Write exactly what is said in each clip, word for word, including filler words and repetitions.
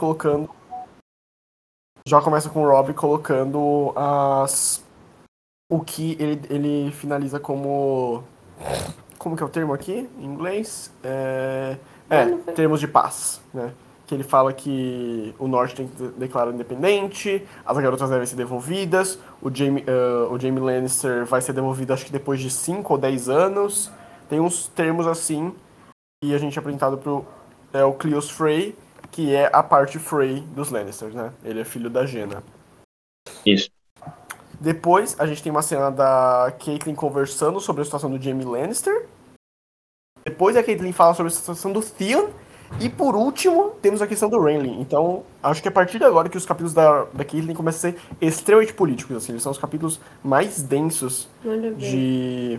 colocando... Já começa com o Robb colocando as... O que ele, ele finaliza como... Como que é o termo aqui, em inglês? É, é termos de paz, né? Que ele fala que o Norte tem que declarar independente, as garotas devem ser devolvidas, o Jaime, uh, o Jaime Lannister vai ser devolvido acho que depois de cinco ou dez anos. Tem uns termos assim, e a gente é apresentado pro é, o Cleos Frey, que é a parte Frey dos Lannisters, né? Ele é filho da Jaina. Isso. Depois, a gente tem uma cena da Catelyn conversando sobre a situação do Jaime Lannister. Depois a Catelyn fala sobre a situação do Theon. E por último, temos a questão do Renly. Então, acho que a partir de agora que os capítulos da, da Catelyn começam a ser extremamente políticos. Assim, eles são os capítulos mais densos de,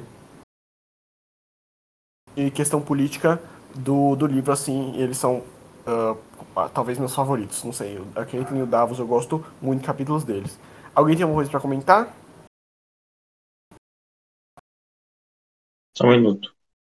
de questão política do, do livro. Assim, eles são uh, talvez meus favoritos. Não sei, a Catelyn e o Davos eu gosto muito de capítulos deles. Alguém tem alguma coisa pra comentar? Só um minuto.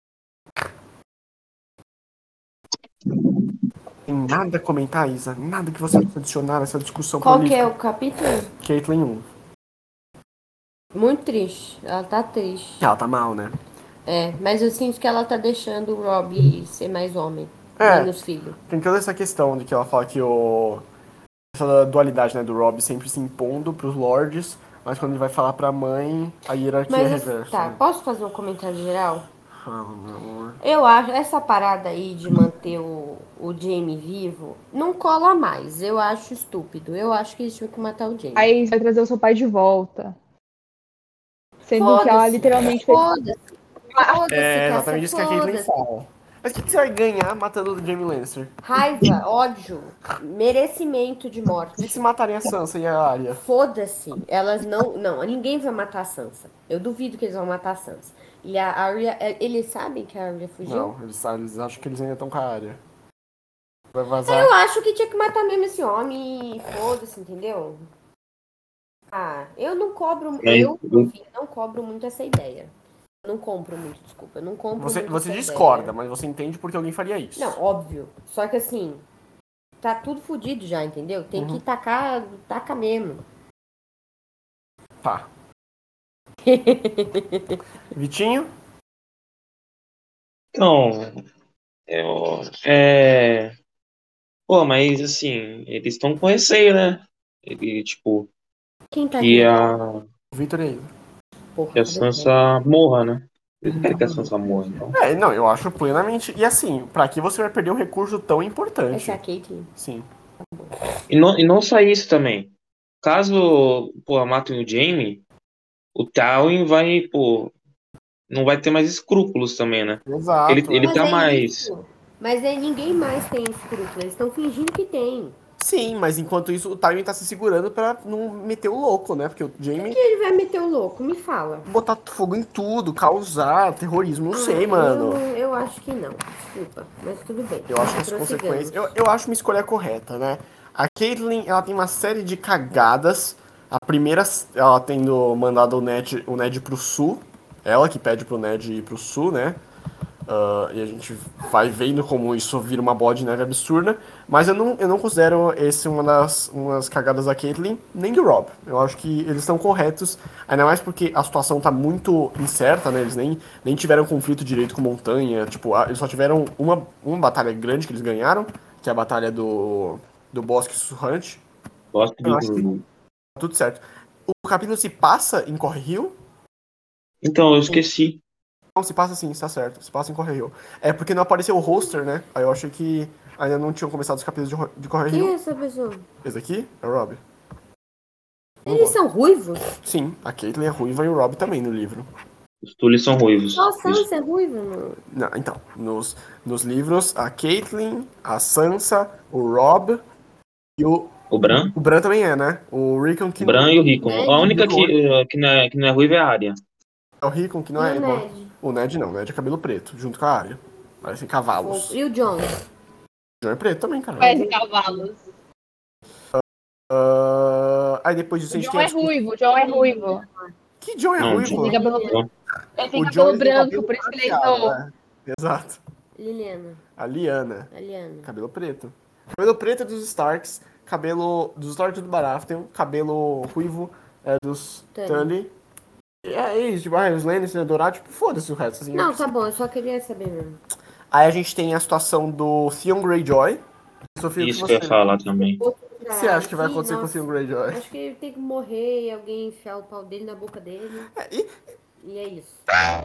Tem nada a comentar, Isa? Nada que você possa adicionar nessa discussão Qual que prolífica? é o capítulo? Catelyn um. Muito triste. Ela tá triste. Ela tá mal, né? É, mas eu sinto que ela tá deixando o Robb ser mais homem. É. Menos filho. Tem toda essa questão de que ela fala que o... essa dualidade, né, do Robb sempre se impondo pros lords, mas quando ele vai falar pra mãe, a hierarquia Mas, é reversa. tá, né? posso fazer um comentário geral? Fala, meu amor. Eu acho, essa parada aí de manter o, o Jaime vivo, não cola mais. Eu acho estúpido. Eu acho que eles tinham que matar o Jaime. Aí vai trazer o seu pai de volta. Sendo que ela Foda-se, literalmente fez... foda-se. Foda-se, É, Cássia, exatamente isso que a Caitlyn foda-se. fala. Mas o que que você vai ganhar matando o Jaime Lannister? Raiva, ódio, merecimento de E morte. se matarem a Sansa e a Arya? Foda-se, elas não, não, ninguém vai matar a Sansa. Eu duvido que eles vão matar a Sansa. E a Arya, eles sabem que a Arya fugiu? Não, eles, eles acham que eles ainda estão com a Arya. Vai vazar. Eu acho que tinha que matar mesmo esse homem e foda-se, entendeu? Ah, eu não cobro, É, eu, eu- enfim, não cobro muito essa ideia. Eu não compro muito, desculpa, eu não compro Você, muito você essa discorda, ideia. mas você entende porque alguém faria isso. Não, óbvio. Só que assim, tá tudo fodido já, entendeu? Tem Uhum. que tacar, taca mesmo. Tá. Vitinho? Então, eu, é... Pô, mas assim, eles estão com receio, né? Ele, tipo, Quem tá que rindo? a, O Victor aí. Porra, que a cadê o Sansa morra, né? Eles não querem que a Sansa morra, então. É, não, eu acho plenamente. E assim, pra que você vai perder um recurso tão importante? Essa é a Caitlyn. Sim. E não, e não só isso também. Caso, pô, matem o Jaime, o Tywin vai, pô, não vai ter mais escrúpulos também, né? Ele, Exato. ele é. Mas tá é mais. isso. Mas é, ninguém mais tem escrúpulo. Eles estão fingindo que tem. Sim, mas enquanto isso, o Tywin tá se segurando pra não meter o louco, né? Porque o Jaime Que ele vai meter o louco? Me fala. botar fogo em tudo, causar terrorismo, não sei, Ah, mano. Eu, eu acho que não. Desculpa. Mas tudo bem. Eu acho que as Prossigamos. consequências. Eu, eu acho uma escolha correta, né? A Caitlyn, ela tem uma série de cagadas. A primeira, ela tendo mandado o Ned, o Ned pro sul. Ela que pede pro Ned ir pro sul, né? Uh, e a gente vai vendo como isso vira uma bola de neve absurda. Mas eu não, eu não considero esse uma das umas cagadas da Caitlyn, nem do Rob. Eu acho que eles estão corretos. Ainda mais porque a situação tá muito incerta, né? Eles nem, nem tiveram conflito direito com Montanha. Tipo, eles só tiveram uma, uma batalha grande que eles ganharam, que é a batalha do, do Bosque Sussurrante. Gosto Eu do. acho que tá tudo certo. O capítulo se passa em Corre Hill. Então, eu esqueci. Não, se passa sim, está certo. Se passa em Corre Hill. É porque não apareceu o roster, né? Aí eu achei que ainda não tinham começado os capítulos de, Ro- de Corre Quem é Hill. essa pessoa? Esse aqui é o Rob. Eles são ruivos? Sim, a Caitlyn é ruiva e o Rob também no livro. Os Tulis são ruivos. Só a Isso. Sansa é ruiva, mano. Não, então, nos, nos livros, a Caitlyn, a Sansa, o Rob e o... O Bran, O Bran também é, né? O Rickon que o Bran e o Rickon. Ned. A única que, eh, que, não é, que não é ruiva é a Arya. é o Rickon que não E é... o não. Ned? O Ned não, o Ned é cabelo preto, junto com a Arya. Parecem cavalos. E o John? O John é preto também, cara. Parece cavalos. Ah, aí depois disso O a gente John tem a é discussão- ruivo, o John é ruivo. Que John é Não, ruivo? John- Ele tem cabelo, John- ele tem O cabelo John ele tem branco, cabelo por isso que ele é prateado, inou. né? Exato. Liliana. A Liana, A Liana. cabelo preto. Cabelo preto é dos Starks, cabelo dos Starks do Baratheon, cabelo ruivo é dos Tully. Tully. E é isso, tipo, ah, os Lannister, Dourado, tipo, foda-se o resto. Assim, Não, tá bom, eu só queria saber mesmo. Aí a gente tem a situação do Theon Greyjoy. Sofia, o que Isso que eu você, ia falar também. o que você acha que vai Aqui, acontecer com o nossa, Theon Greyjoy? Acho que ele tem que morrer e alguém enfiar o pau dele na boca dele. É, e, E é isso.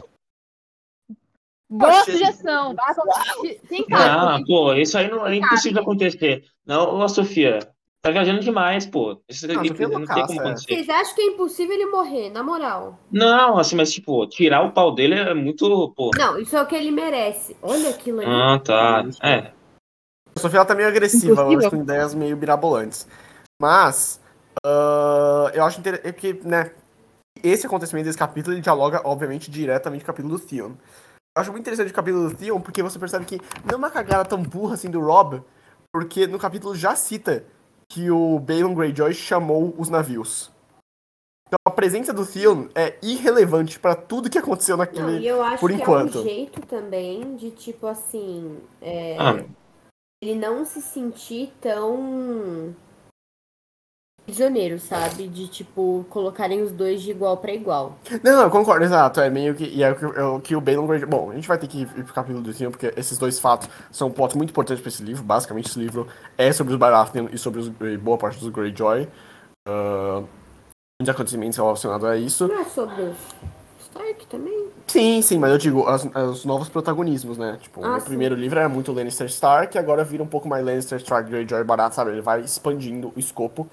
Boa Achei. sugestão. Vai acontecer. Tem Ah, cara. pô, isso aí não é impossível de acontecer. Não, ô Sofia, tá viajando demais, pô. Isso Não, aí Sofia é não tem como loucaça, é. acontecer. Vocês acham que é impossível ele morrer, na moral? Não, assim, mas tipo, tirar o pau dele é muito, pô. Não, isso é o que ele merece. Olha aquilo ali. Ah, tá. É. A Sofia ela tá meio agressiva Impossível. hoje, com ideias meio mirabolantes. Mas, ah, eu acho interessante, é que, né, esse acontecimento desse capítulo, ele dialoga, obviamente, diretamente com o capítulo do Theon. Eu acho muito interessante o capítulo do Theon, porque você percebe que não é uma cagada tão burra assim do Robb, porque no capítulo já cita que o Balon Greyjoy chamou os navios. Então a presença do Theon é irrelevante pra tudo que aconteceu Não, naquele, e eu acho por que enquanto. é um jeito também de, tipo assim, é, Ah, ele não se sentir tão prisioneiro, sabe? De, tipo, colocarem os dois de igual pra igual. Não, eu concordo, exato. É meio que. E é o que, é o que o Balon Greyjoy. Bom, a gente vai ter que ir pro capítulo do Theon, porque esses dois fatos são pontos muito importantes pra esse livro. Basicamente, esse livro é sobre os Baratheon e sobre os, e boa parte dos Greyjoy. Uh, muitos acontecimentos relacionados a isso. Não é sobre os Stark também? Sim, sim, mas eu digo, as- os novos protagonismos, né? Tipo, Ah, no sim. primeiro livro era muito Lannister Stark, agora vira um pouco mais Lannister Stark, Greyjoy, Barato, sabe? Ele vai expandindo o escopo.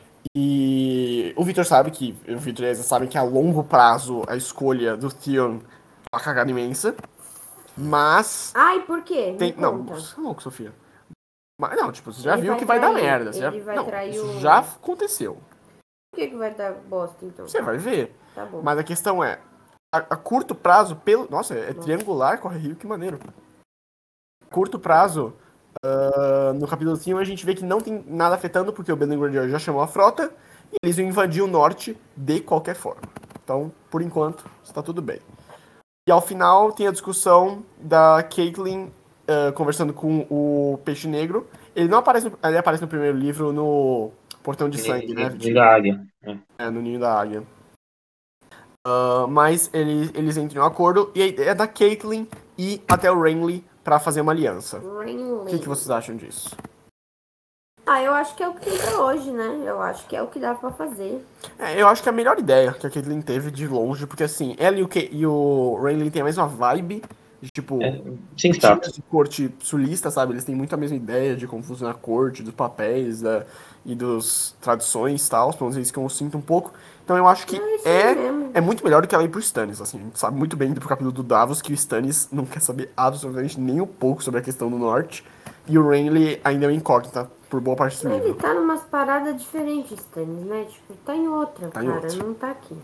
E o Victor sabe que, o Victor e a Isa sabem que a longo prazo a escolha do Theon é uma cagada imensa, mas Ai, por quê? Me tem... Não, conta. você é louco, Sofia. Mas não, tipo, você já Ele viu vai que vai dar trair, merda. Você já... ele vai Não, trair isso o- já aconteceu. Por que que vai dar bosta, então? Você vai ver. Tá bom. Mas a questão é, a, a curto prazo, pelo... Nossa, é, é triangular, corre rio, que maneiro. Curto prazo, ah, no capítulo cinco a gente vê que não tem nada afetando, porque o Balon Greyjoy já chamou a frota, e eles vão invadir o norte de qualquer forma. Então, por enquanto, está tudo bem. E ao final tem a discussão da Catelyn ah, conversando com o Peixe Negro. Ele não aparece, no, ele aparece no primeiro livro no Portão de Sangue, né, Vitinho? da águia. É. É, no Ninho da Águia. Ah, mas eles, eles entram em um acordo, e a ideia é da Catelyn ir até o Renly pra fazer uma aliança. O que, que vocês acham disso? Ah, eu acho que é o que tem pra hoje, né? Eu acho que é o que dá pra fazer. É, eu acho que é a melhor ideia que a Caitlyn teve de longe, porque assim, ela e o, Ke- e o Renly tem a mesma vibe, de tipo, É, sensato. tios de corte sulista, sabe? Eles têm muito a mesma ideia de como funciona a corte, dos papéis da, e dos tradições e tal, pelo menos é isso que eu sinto um pouco. Então eu acho que É isso aí é, mesmo. é muito melhor do que ela ir pro Stannis, assim. A gente sabe muito bem do capítulo do Davos que o Stannis não quer saber absolutamente nem um pouco sobre a questão do norte, e o Renly ainda é uma incógnita por boa parte do Ele livro. tá numas paradas diferentes, Stannis, né? Tipo, tá em outra, Tá em cara. outra. Não tá aqui.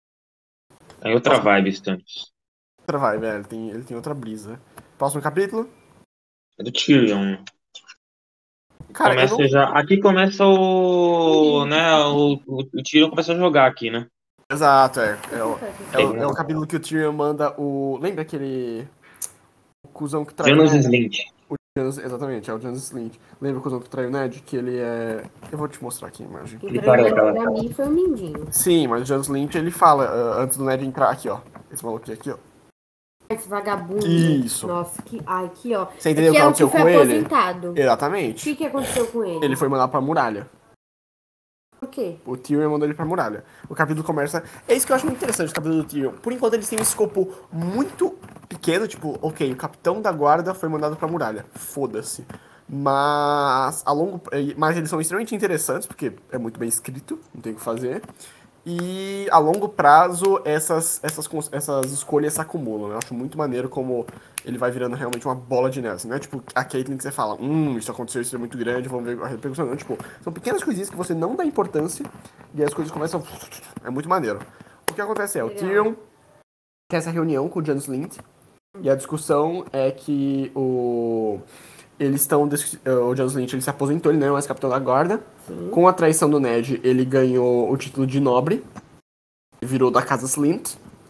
É outra vibe, Stannis. Outra vibe, é, ele tem, ele tem outra brisa. Próximo capítulo? É do Tyrion. Cara, eu Começa não... já. Aqui começa o. Né, o, o, o Tyrion começa a jogar aqui, né? Exato, é. É o, é, o, Tem é o um- capítulo que o Tyrion manda o... Lembra aquele... O cuzão que traiu o Janus Ned? Slint. Janus- Exatamente, é o Janus Slint. Lembra o cuzão que traiu o Ned? Que ele é... Eu vou te mostrar aqui a imagem. Quem Ele traiu careca, ele né? pra mim foi o Mindinho. Sim, mas o Janus Slint, ele fala, ah, antes do Ned entrar aqui, ó. Esse maluquinho aqui, ó. Esse vagabundo. Isso. Nossa, que. Ai, aqui, ó. Você entendeu o que que é o que aconteceu foi com ele? aposentado. O Exatamente. que, que aconteceu com ele? Ele foi mandado pra muralha. Por quê? O Tyrion mandou ele pra muralha. O capítulo começa... É isso que eu acho muito interessante, o capítulo do Tyrion. Por enquanto, eles têm um escopo muito pequeno, tipo, ok, o capitão da guarda foi mandado pra muralha. Foda-se. Mas, a longo... Mas eles são extremamente interessantes, porque é muito bem escrito, não tem o que fazer. E, a longo prazo, essas, essas, cons- essas escolhas se acumulam. Eu acho muito maneiro como ele vai virando realmente uma bola de neve. Assim, não é tipo a Caitlyn que você fala, hum, isso aconteceu, isso é muito grande, vamos ver a repercussão. Não, tipo, são pequenas coisinhas que você não dá importância e as coisas começam... É muito maneiro. O que acontece é, o Legal. Tyrion tem essa reunião com o Janus Slint e a discussão é que o... Eles estão... O Janus Slint, ele se aposentou, ele não é mais capitão da guarda. Com a traição do Ned, ele ganhou o título de nobre. Virou da casa Slint.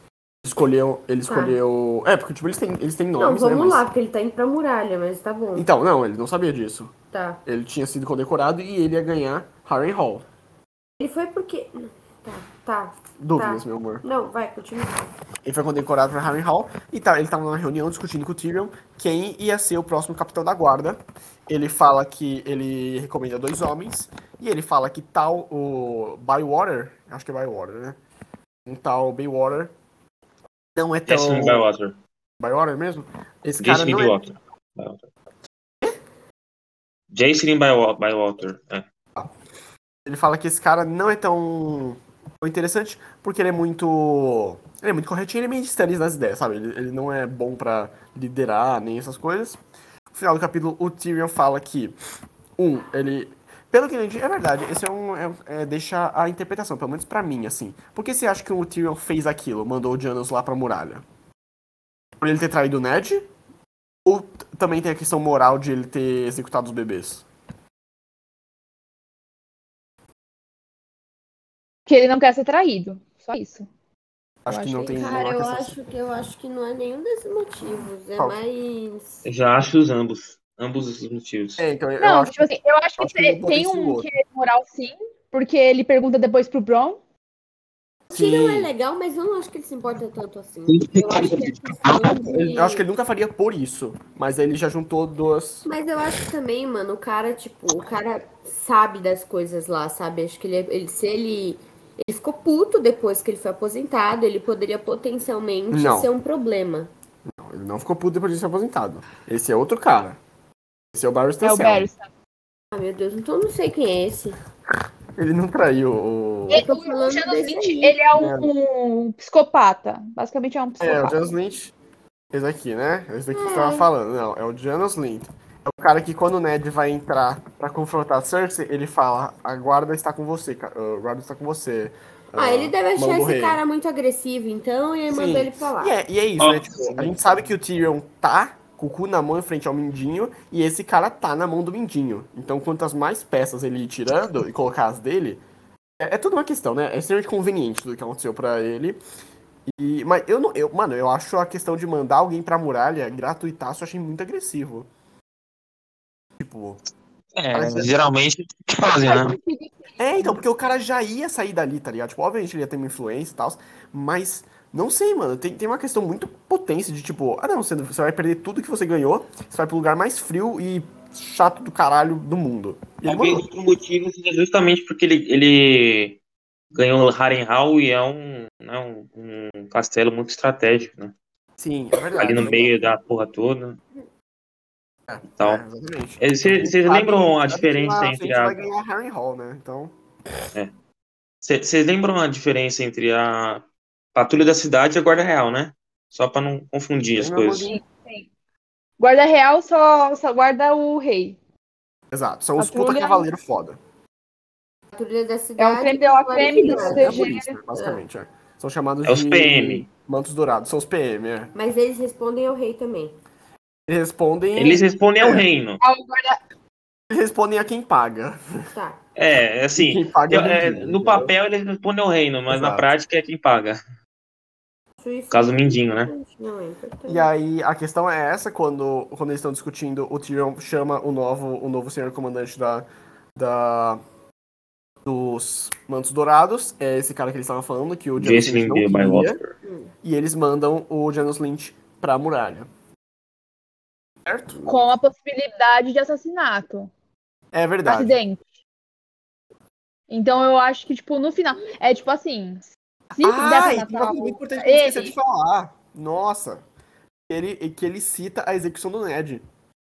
Escolheu, ele Tá. escolheu... É, porque tipo, eles têm, eles têm Não, nomes, vamos né? mas- lá, porque ele tá indo pra muralha, mas tá bom. Então, não, ele não sabia disso. Tá. Ele tinha sido condecorado e ele ia ganhar Harrenhal. Ele foi porque. Tá, tá. Dúvidas, tá. meu amor. Não, vai, continua. Ele foi condecorado para Harrenhal e tá, ele tava numa reunião discutindo com o Tyrion quem ia ser o próximo capitão da guarda. Ele fala que ele recomenda dois homens e ele fala que tal o Bywater, acho que é Bywater, né? Um tal Baywater não é tão... Jason Bywater. Bywater mesmo? Esse cara Jason não é... Bywater. Bywater. Jason Bywa- Bywater. É. Ele fala que esse cara não é tão, tão interessante porque ele é muito... Ele é muito corretinho, ele é meio distante das ideias, sabe? Ele, ele não é bom pra liderar, nem essas coisas. No final do capítulo, o Tyrion fala que, um, ele... Pelo que eu entendi, é verdade, esse é um... É, é, deixa a interpretação, pelo menos pra mim, assim. Por que você acha que o Tyrion fez aquilo, mandou o Janos lá pra muralha? Por ele ter traído o Ned? Ou t- também tem a questão moral de ele ter executado os bebês? Que ele não quer ser traído. Só isso. Acho Eu que acho não que é tem isso. Cara, nenhuma eu questão assim. acho que eu acho que não é nenhum desses motivos. É Qual? mais. Já acho os ambos. Ambos os motivos. É, então eu Não, acho tipo assim, eu acho que acho que um te- tem potencia o um outro. que é moral sim, porque ele pergunta depois pro Bron. O Tyrion é Sim. legal, mas eu não acho que ele se importa tanto assim. Eu acho que é questão Ele- Eu acho que de. ele nunca faria por isso, mas aí ele já juntou duas. Mas eu acho que também, mano, o cara, tipo, o cara sabe das coisas lá, sabe? Acho que ele, ele se ele. Ele ficou puto depois que ele foi aposentado, ele poderia potencialmente Não. ser um problema. Não, ele não ficou puto depois de ser aposentado. Esse é outro cara. Esse é o Barry É o Stancel. Barristan. Ah, meu Deus, então eu não sei quem é esse. Ele não traiu o. Eu tô O, o falando Janos desse Lynch, aí. ele é um, um psicopata. Basicamente é um É, o psicopata. Janos Lynch. Esse aqui, né? Esse daqui que você É. tava falando. Não, é o Janos Lynch. É o cara que quando o Ned vai entrar pra confrontar a Cersei, ele fala: a guarda está com você, cara. A guarda está com você. Ah, ele deve mão achar do esse rei. cara muito agressivo, então, e aí mandou ele pra lá. E é, e é isso, Ó, né? Tipo, a gente sabe que o Tyrion tá com o cu na mão em frente ao Mindinho, e esse cara tá na mão do Mindinho. Então, quantas mais peças ele ir tirando e colocar as dele, é, é tudo uma questão, né? É extremamente conveniente tudo que aconteceu pra ele. E, mas eu não. Eu, mano, eu acho a questão de mandar alguém pra muralha gratuitaço, eu achei muito agressivo. Tipo. É, parece- geralmente fazem, né? É, então, porque o cara já ia sair dali, tá ligado? Tipo, obviamente ele ia ter uma influência e tal, mas não sei, mano. Tem, tem uma questão muito potência de tipo, ah não, você, você vai perder tudo que você ganhou, você vai pro lugar mais frio e chato do caralho do mundo. E ele Talvez mandou. outro motivo seja justamente porque ele, ele ganhou Harrenhal e é um, né, um, um castelo muito estratégico, né? Sim, é Ali verdade. no meio da porra toda É, e tal. é, exatamente. É, A gente Vocês sabe, a lembram gente a sabe que diferença na entre frente a. vai ganhar Harrenhal, né? Então. Vocês lembram a diferença entre a Patrulha da Cidade e a Guarda Real, né? Só pra não confundir as Lembra, coisas. amorzinho? Sim. Guarda real só, só guarda o rei. Exato, são os puta Patrulha cavaleiro foda. Patrulha da é cidade. o creme de la guarda creme do cidade. É a C G. polícia, basicamente, é. São chamados É os de P M. mantos dourados, são os P M, é. Mas eles respondem ao rei também. Eles respondem. Eles respondem ao é, reino. Ah, o guarda... Eles respondem a quem paga. Tá. É, E assim, quem paga é eu- o é, Mindinho, no entendeu? papel eles respondem ao reino, mas na Exato. prática é quem paga. Acho isso Caso Mindinho, né? importante. Não, é importante. E aí, a questão é essa, quando, quando eles estão discutindo, o Tyrion chama o novo, o novo senhor comandante da, da, dos Mantos Dourados, é esse cara que eles estavam falando, que o Janos Lynch Jason não queria, Bywater. e eles mandam o Janos Lynch pra muralha. Certo? Com a possibilidade de assassinato. É verdade. Acidente. Então eu acho que, tipo, no final. É tipo assim. Se der Ah, pra e tem uma matar coisa muito o... importante que eu esqueci de ele. falar. Nossa. Ele, que ele cita a execução do Ned.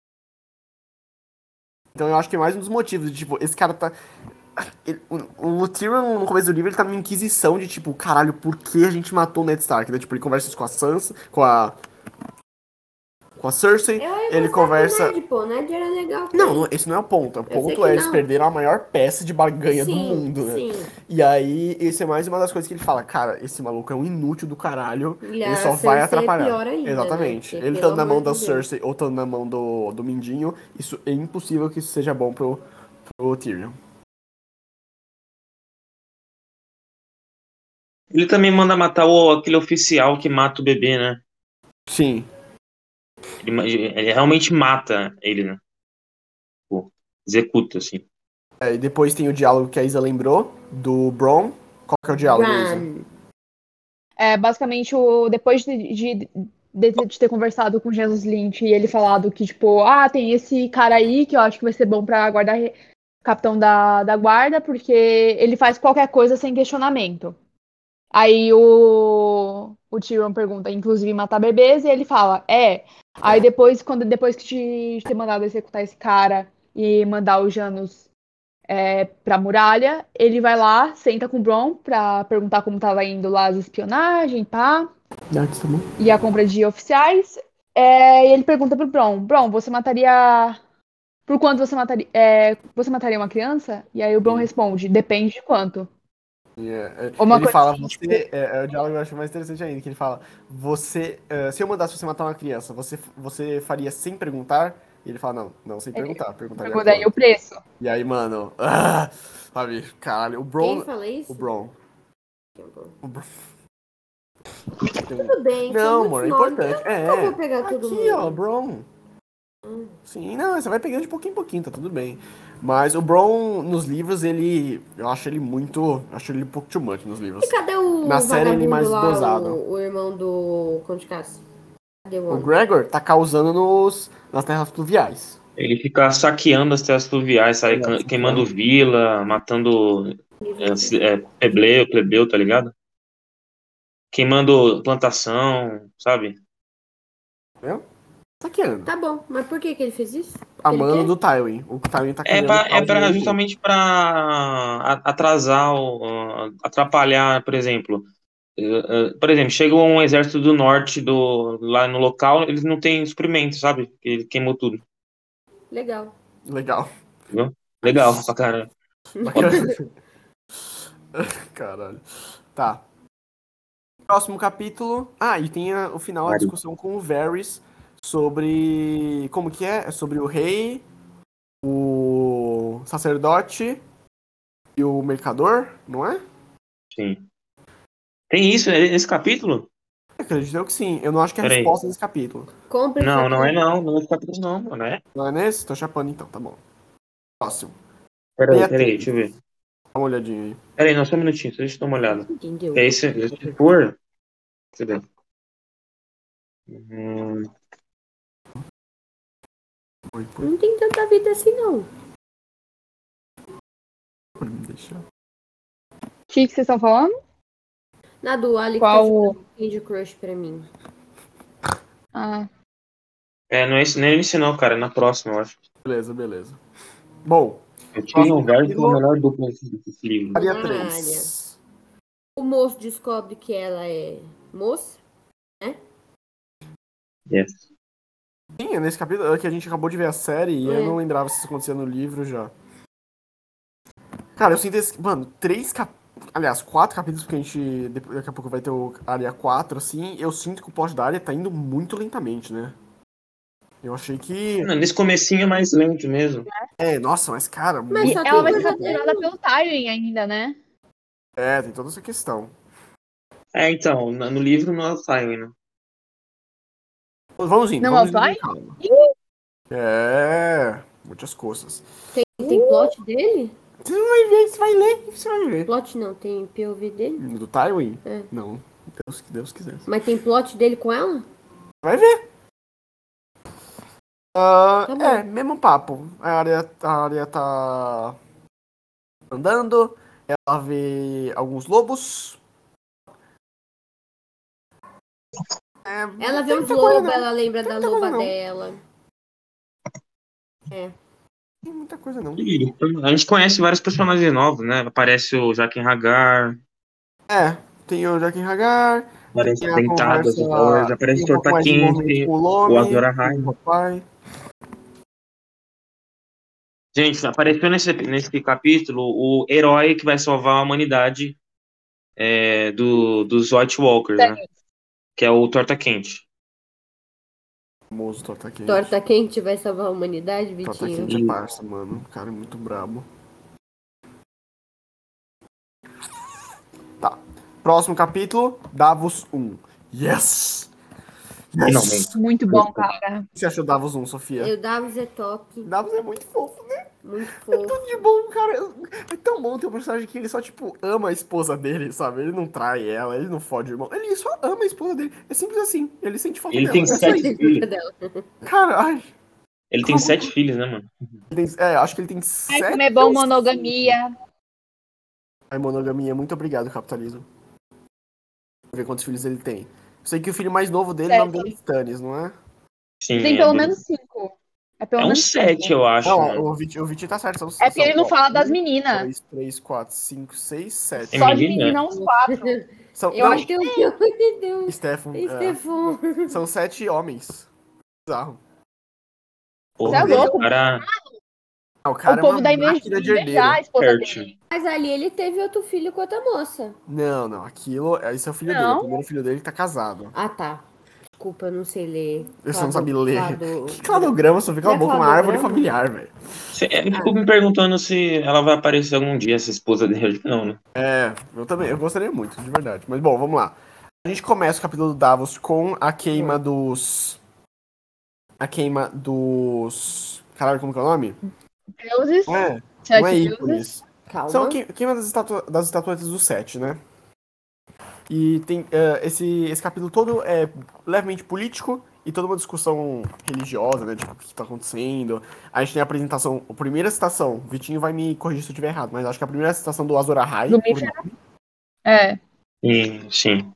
Então eu acho que é mais um dos motivos, de, tipo, esse cara tá... ele- o, o Tyrion, no começo do livro, ele tá numa inquisição de, tipo, caralho, por que a gente matou o Ned Stark? Né? Tipo, ele conversa isso com a Sansa, com a... com a Cersei, Eu ia ele gostar conversa... do Ned, pô. O Ned era legal. Não, não, esse não é o ponto. O sei ponto que é eles não. perderam a maior peça de barganha do Sim, mundo, né? sim. E aí, esse é mais uma das coisas que ele fala, cara, esse maluco é um inútil do caralho, E ele a só vai Cersei é atrapalhar. pior ainda, né? Exatamente. Porque, Ele pelo estando na mão amor da de Deus. Cersei ou estando na mão do, do Mindinho, isso é impossível que isso seja bom pro, pro Tyrion. Ele também manda matar o, aquele oficial que mata o bebê, né? Sim. Ele, ma- ele realmente mata ele, né? Pô, executa, assim. É, e depois tem o diálogo que a Isa lembrou, do Bron. Qual que é o diálogo, Isa? Run. É basicamente o depois de, de, de- de ter conversado com Jesus Lynch e ele falado que, tipo, ah, tem esse cara aí que eu acho que vai ser bom pra guardar capitão da, da guarda, porque ele faz qualquer coisa sem questionamento. Aí o, o Tyrion pergunta, inclusive matar bebês, e ele fala, é. Aí depois, quando depois que te, de ter mandado executar esse cara e mandar o Janos é, pra muralha, ele vai lá, senta com o Bron pra perguntar como tava indo lá as espionagens, pá, Ah, tá bom. e a compra de oficiais. É, e ele pergunta pro Bron, Bron, você mataria... Por quanto você mataria... é, você mataria uma criança? E aí o Bron Sim. responde, depende de quanto. Yeah. É, Ou uma ele coisa fala, assim, você. tipo, É, é o diálogo que eu acho mais interessante ainda, que ele fala, você. é, se eu mandasse você matar uma criança, você, você faria sem perguntar? E ele fala, não, não sem ele perguntar, perguntaria pergunta aí o quanto. preço. E aí, mano, ah, sabe, caralho, o Quem Bron. fala isso? O Bron. O Bron. Tudo bem, são Não, muitos amor, é nomes. importante. Eu nunca É, vou pegar todo aqui, ó, mundo. Bron. Hum. Sim, não, você vai pegando de pouquinho em pouquinho, tá tudo bem. Mas o Bron, nos livros, ele. Eu acho ele muito. Eu acho ele um pouco too much nos E livros. cadê Na o série, ele vagabundo mais lá, dosado. o, o irmão do Conde Cass? Cadê o O homem? Gregor tá causando nos, nas terras fluviais. Ele fica saqueando as terras fluviais, sai É, can- queimando saqueando. vila, matando é, ci- é, plebeu, plebeu, tá ligado? Queimando plantação, sabe? Entendeu? Saqueando. Tá bom, mas por que que ele fez isso? A Porque ele mano quer? do Tywin. O Tywin tá É criando pra, é caos no pra meio dele. justamente para atrasar, o, a- atrapalhar, por exemplo. eh, eh, Por exemplo, chega um exército do norte do, lá no local, eles não têm suprimento, sabe? Ele queimou tudo, Legal. Legal. entendeu? Legal pra caramba. Bacana. Caralho. Tá. Próximo capítulo. Ah, e tem a- o final, a discussão com o Varys sobre. Como que é? É sobre o rei, o sacerdote e o mercador, não é? Sim. Tem isso nesse capítulo? Acredito eu que sim. Eu não acho que é a Peraí. resposta desse capítulo. Compre isso Não, não é aqui. não. Não é esse capítulo não, mano. É? Não é nesse? Tô chapando então, tá bom. Próximo. Peraí, peraí, Beatriz. deixa eu ver. Dá uma olhadinha aí. Peraí, não, só um minutinho, deixa eu dar uma olhada. Entendeu? É esse, se for. Deixa eu ver. Hum, Foi, foi, Não tem tanta vida assim, não. foi, me deixa. O que que vocês estão falando? Na do Ali que tá Qual? jogando Candy Crush pra mim. Ah, é, não é esse, nem esse não, cara. É na próxima, eu acho. Beleza, beleza. Bom, O Tyrion próximo Varys foi a capítulo. melhor dupla desse, desse livro. Área Na três. O moço descobre que ela é moça. Yes. Sim, é nesse capítulo é que a gente acabou de ver a série e eu É. não lembrava se isso acontecia no livro já. Cara, eu sinto esse. Mano, três cap... Aliás, quatro capítulos, porque a gente. depois- Daqui a pouco vai ter o área quatro, assim. Eu sinto que o plot da área tá indo muito lentamente, né? Eu achei que. Não, nesse comecinho é mais lento mesmo. É, nossa, mas cara, Mas muito só ela vai tem ser coisa lento. capturada pelo Tywin ainda, né? É, tem toda essa questão. É, então, na- no livro não é o Tywin, né? Vamos indo, Não é o vamos indo com Tywin? calma. É, muitas coisas. Tem, tem plot dele? Você não vai ver, você vai ler, você vai ver. Plot não, tem P O V dele? Do Tywin? É. Não, Deus que Deus quisesse. Mas tem plot dele com ela? Vai ver. Ah, Tá bom. é, mesmo papo. A área, a área tá andando, ela vê alguns lobos. É, Ela não vê tem os muita coisa, lobos, não. ela lembra Tem da muita loba coisa, não. dela. É. Não tem muita coisa, não. E a gente conhece vários personagens novos, né? Aparece o Jaqen Hagar, É, tem o Jaqen Hagar, aparece tem a Dentadas, conversa, o Horus, aparece tem o um pouco Torta mais de envolvimento Quente, com o o Lomi, Azor com Ahai. o papai. Gente, apareceu nesse, nesse capítulo o herói que vai salvar a humanidade é, do, dos White Walkers, né? Que é o Torta Quente. Famoso Torta Quente. Torta quente vai salvar a humanidade, Torta Vitinho? Quente é parça, mano. O cara é muito brabo. Tá. Próximo capítulo, Davos um. Yes! Yes! Finalmente. Muito bom, cara. O que você achou Davos um, Sofia? Eu Davos é top, Davos é muito fofo, né? muito É fofo. tudo de bom, cara. É tão bom ter um personagem que ele só, tipo, ama a esposa dele, sabe? Ele não trai ela, ele não fode o irmão. Ele só ama a esposa dele. É simples assim. Ele sente falta Ele dela. tem É só sete isso. filhos. Dela. Cara, ai. Ele tem sete filhos, né, mano? Ele tem- é, acho que ele tem Ai, sete. como é bom ou monogamia. Ai, monogamia. Muito obrigado, capitalismo. Vamos ver quantos filhos ele tem. Eu sei que o filho mais novo dele, o nome Sete. dele é Stannis, não é? Sim, Tem é, pelo dele. menos cinco. É pelo É um menos sete, cinco. eu acho, Não, mano. o Viti, o Viti tá certo. São, É porque são, ele não ó, fala das um, meninas. dois, três, quatro, cinco, seis, sete. Só de menina? menina, uns quatro. São, Eu não, acho que Meu Deus, meu Deus. Stefan, é, Estefão. são sete homens. Bizarro. Porra, Você é mas louco. o cara. Ah, o o cara é povo uma da inveja máquina de invejar a herdeiro. esposa Fértil. dele. Mas ali ele teve outro filho com outra moça. Não, não, aquilo, esse é o filho dele. Não. O primeiro filho dele tá casado. Ah, tá. Desculpa, eu não sei ler. Você não Clado- sabe ler. clado- Que cladograma, só fica Não uma é boca, uma árvore cladograma? familiar, velho. Cê- Eu fico me perguntando se ela vai aparecer algum dia, essa esposa dele. Não, né? É, eu também, eu gostaria muito, de verdade. Mas bom, vamos lá. A gente começa o capítulo do Davos com a queima dos. A queima dos. Caralho, como que é o nome? Deuses. Não é, não Sete é deuses. ícones. Calma. São a que- queima das, estatua, das estatuetas do sete, né? E tem eh, esse, esse capítulo todo é levemente político e toda uma discussão religiosa, né? Tipo, o que tá acontecendo. A gente tem a apresentação, a primeira citação, o Vitinho vai me corrigir se eu estiver errado, mas acho que a primeira citação do Azor Ahai, Do por Mífera. nome. É. Sim, sim.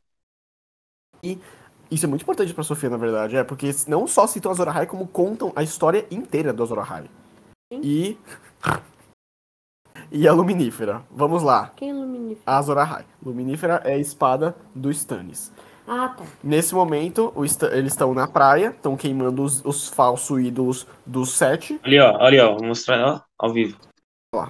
Isso é muito importante pra Sofia, na verdade, é porque não só citam Azor Ahai, como contam a história inteira do Azor Ahai. Sim. E. E a Luminífera. Vamos lá. Quem é Luminífero? A Azor Ahai. Luminífera é a espada do Stannis. Ah, tá. Nesse momento, o Stan- eles estão na praia, estão queimando os, os falsos ídolos dos sete. Ali, ó, ali, ó. Vou mostrar ó, ao vivo. O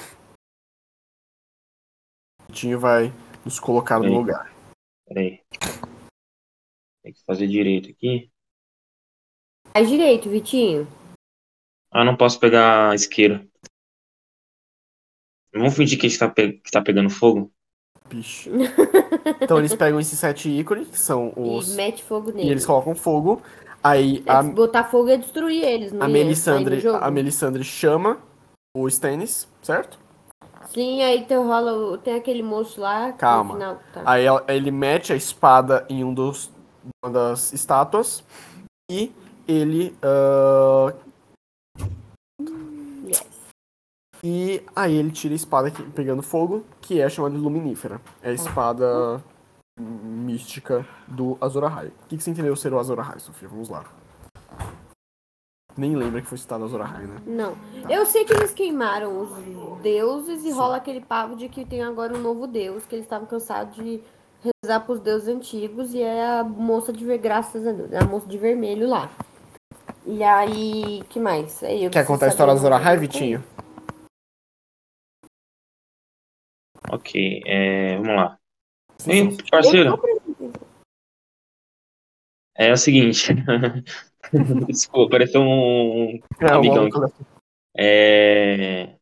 Vitinho vai nos colocar no Aí. lugar. Pera aí. Tem que fazer direito aqui. Faz direito, Vitinho. Ah, não posso pegar a isqueira. Vamos fingir que a gente tá, pe- que tá pegando fogo? Bicho. Então eles pegam esses sete ícones, que são os. E mete fogo E nele. eles colocam fogo. Aí a, Se botar fogo ia destruir eles, não a, ia? Melisandre, Aí no jogo? a Melisandre chama o Stannis, certo? Sim, aí tem, rola, o- tem aquele moço lá. que Calma. No final, tá. Aí ela- ele mete a espada em um dos, uma das estátuas e ele. ah, Yes. E aí ele tira a espada que- pegando fogo, que é chamada de Luminífera. É a espada mística do Azor Ahai. O que, que você entendeu ser o Azor Ahai, Sofia? Vamos lá. Nem lembra que foi citado o Azor Ahai, né? Não. Eu sei que eles queimaram os deuses e rola aquele papo de que tem agora um novo deus, que eles estavam cansados de rezar pros deuses antigos, e é a moça de ver, graças a Deus, é a moça de vermelho lá. E aí, que mais? Aí, eu Quer preciso contar a história do saber Azor Ahai, alguma coisa. Vitinho? Ok, é, vamos lá. Sim, Ei, sim. parceiro, Eu tô prestando. é o seguinte. Desculpa, pareceu um, um É, o amigão maluco aqui. É,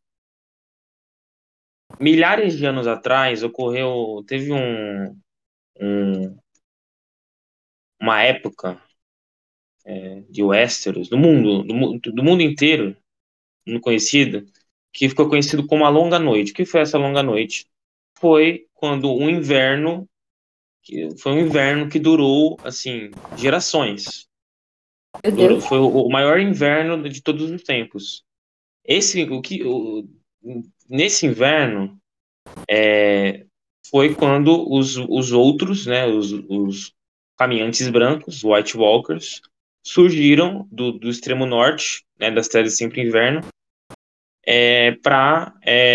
milhares de anos atrás ocorreu, teve um, um- uma época é, de Westeros, do mundo, do, mu- do mundo inteiro, mundo conhecido, que ficou conhecido como a Longa Noite. O que foi essa Longa Noite? Foi quando um inverno, que foi um inverno que durou assim gerações. Meu Durou- Deus. foi o, o maior inverno de todos os tempos. Esse, o que, o- nesse inverno é, foi quando os, os outros, né, os, os caminhantes brancos, White Walkers, surgiram do, do extremo norte, né, das terras de sempre inverno, é, para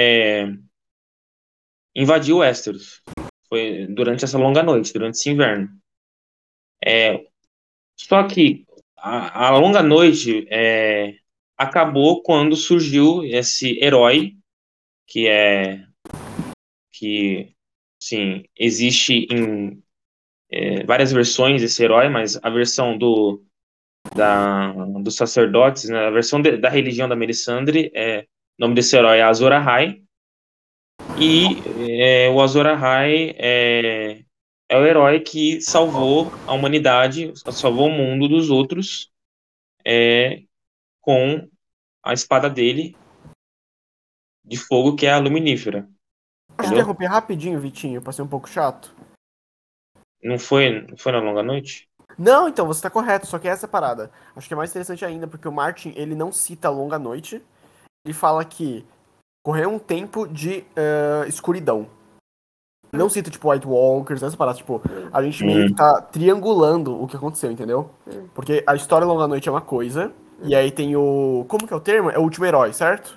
invadir o Westeros. Foi durante essa longa noite, durante esse inverno. É, só que a, a longa noite é, acabou quando surgiu esse herói que é que sim existe em é, várias versões desse herói, mas a versão do da, dos sacerdotes, né, a versão de, da religião da Melisandre, é, o nome desse herói é Azor Ahai, E é, o Azor Ahai é, é o herói que salvou a humanidade, salvou o mundo dos outros é, com a espada dele de fogo, que é a Luminífera. Posso Entendeu? interromper rapidinho, Vitinho, pra ser um pouco chato? Não foi, não foi na Longa Noite? Não, então, você tá correto, só que essa é a parada. Acho que é mais interessante ainda, porque o Martin, ele não cita a Longa Noite. Ele fala que correu um tempo de eh, escuridão. Não cita, tipo, White Walkers, essa parada, tipo, a gente meio que Hum. tá triangulando o que aconteceu, entendeu? Hum. Porque a história Longa Noite é uma coisa, e aí tem o... Como que é o termo? É o último herói, certo?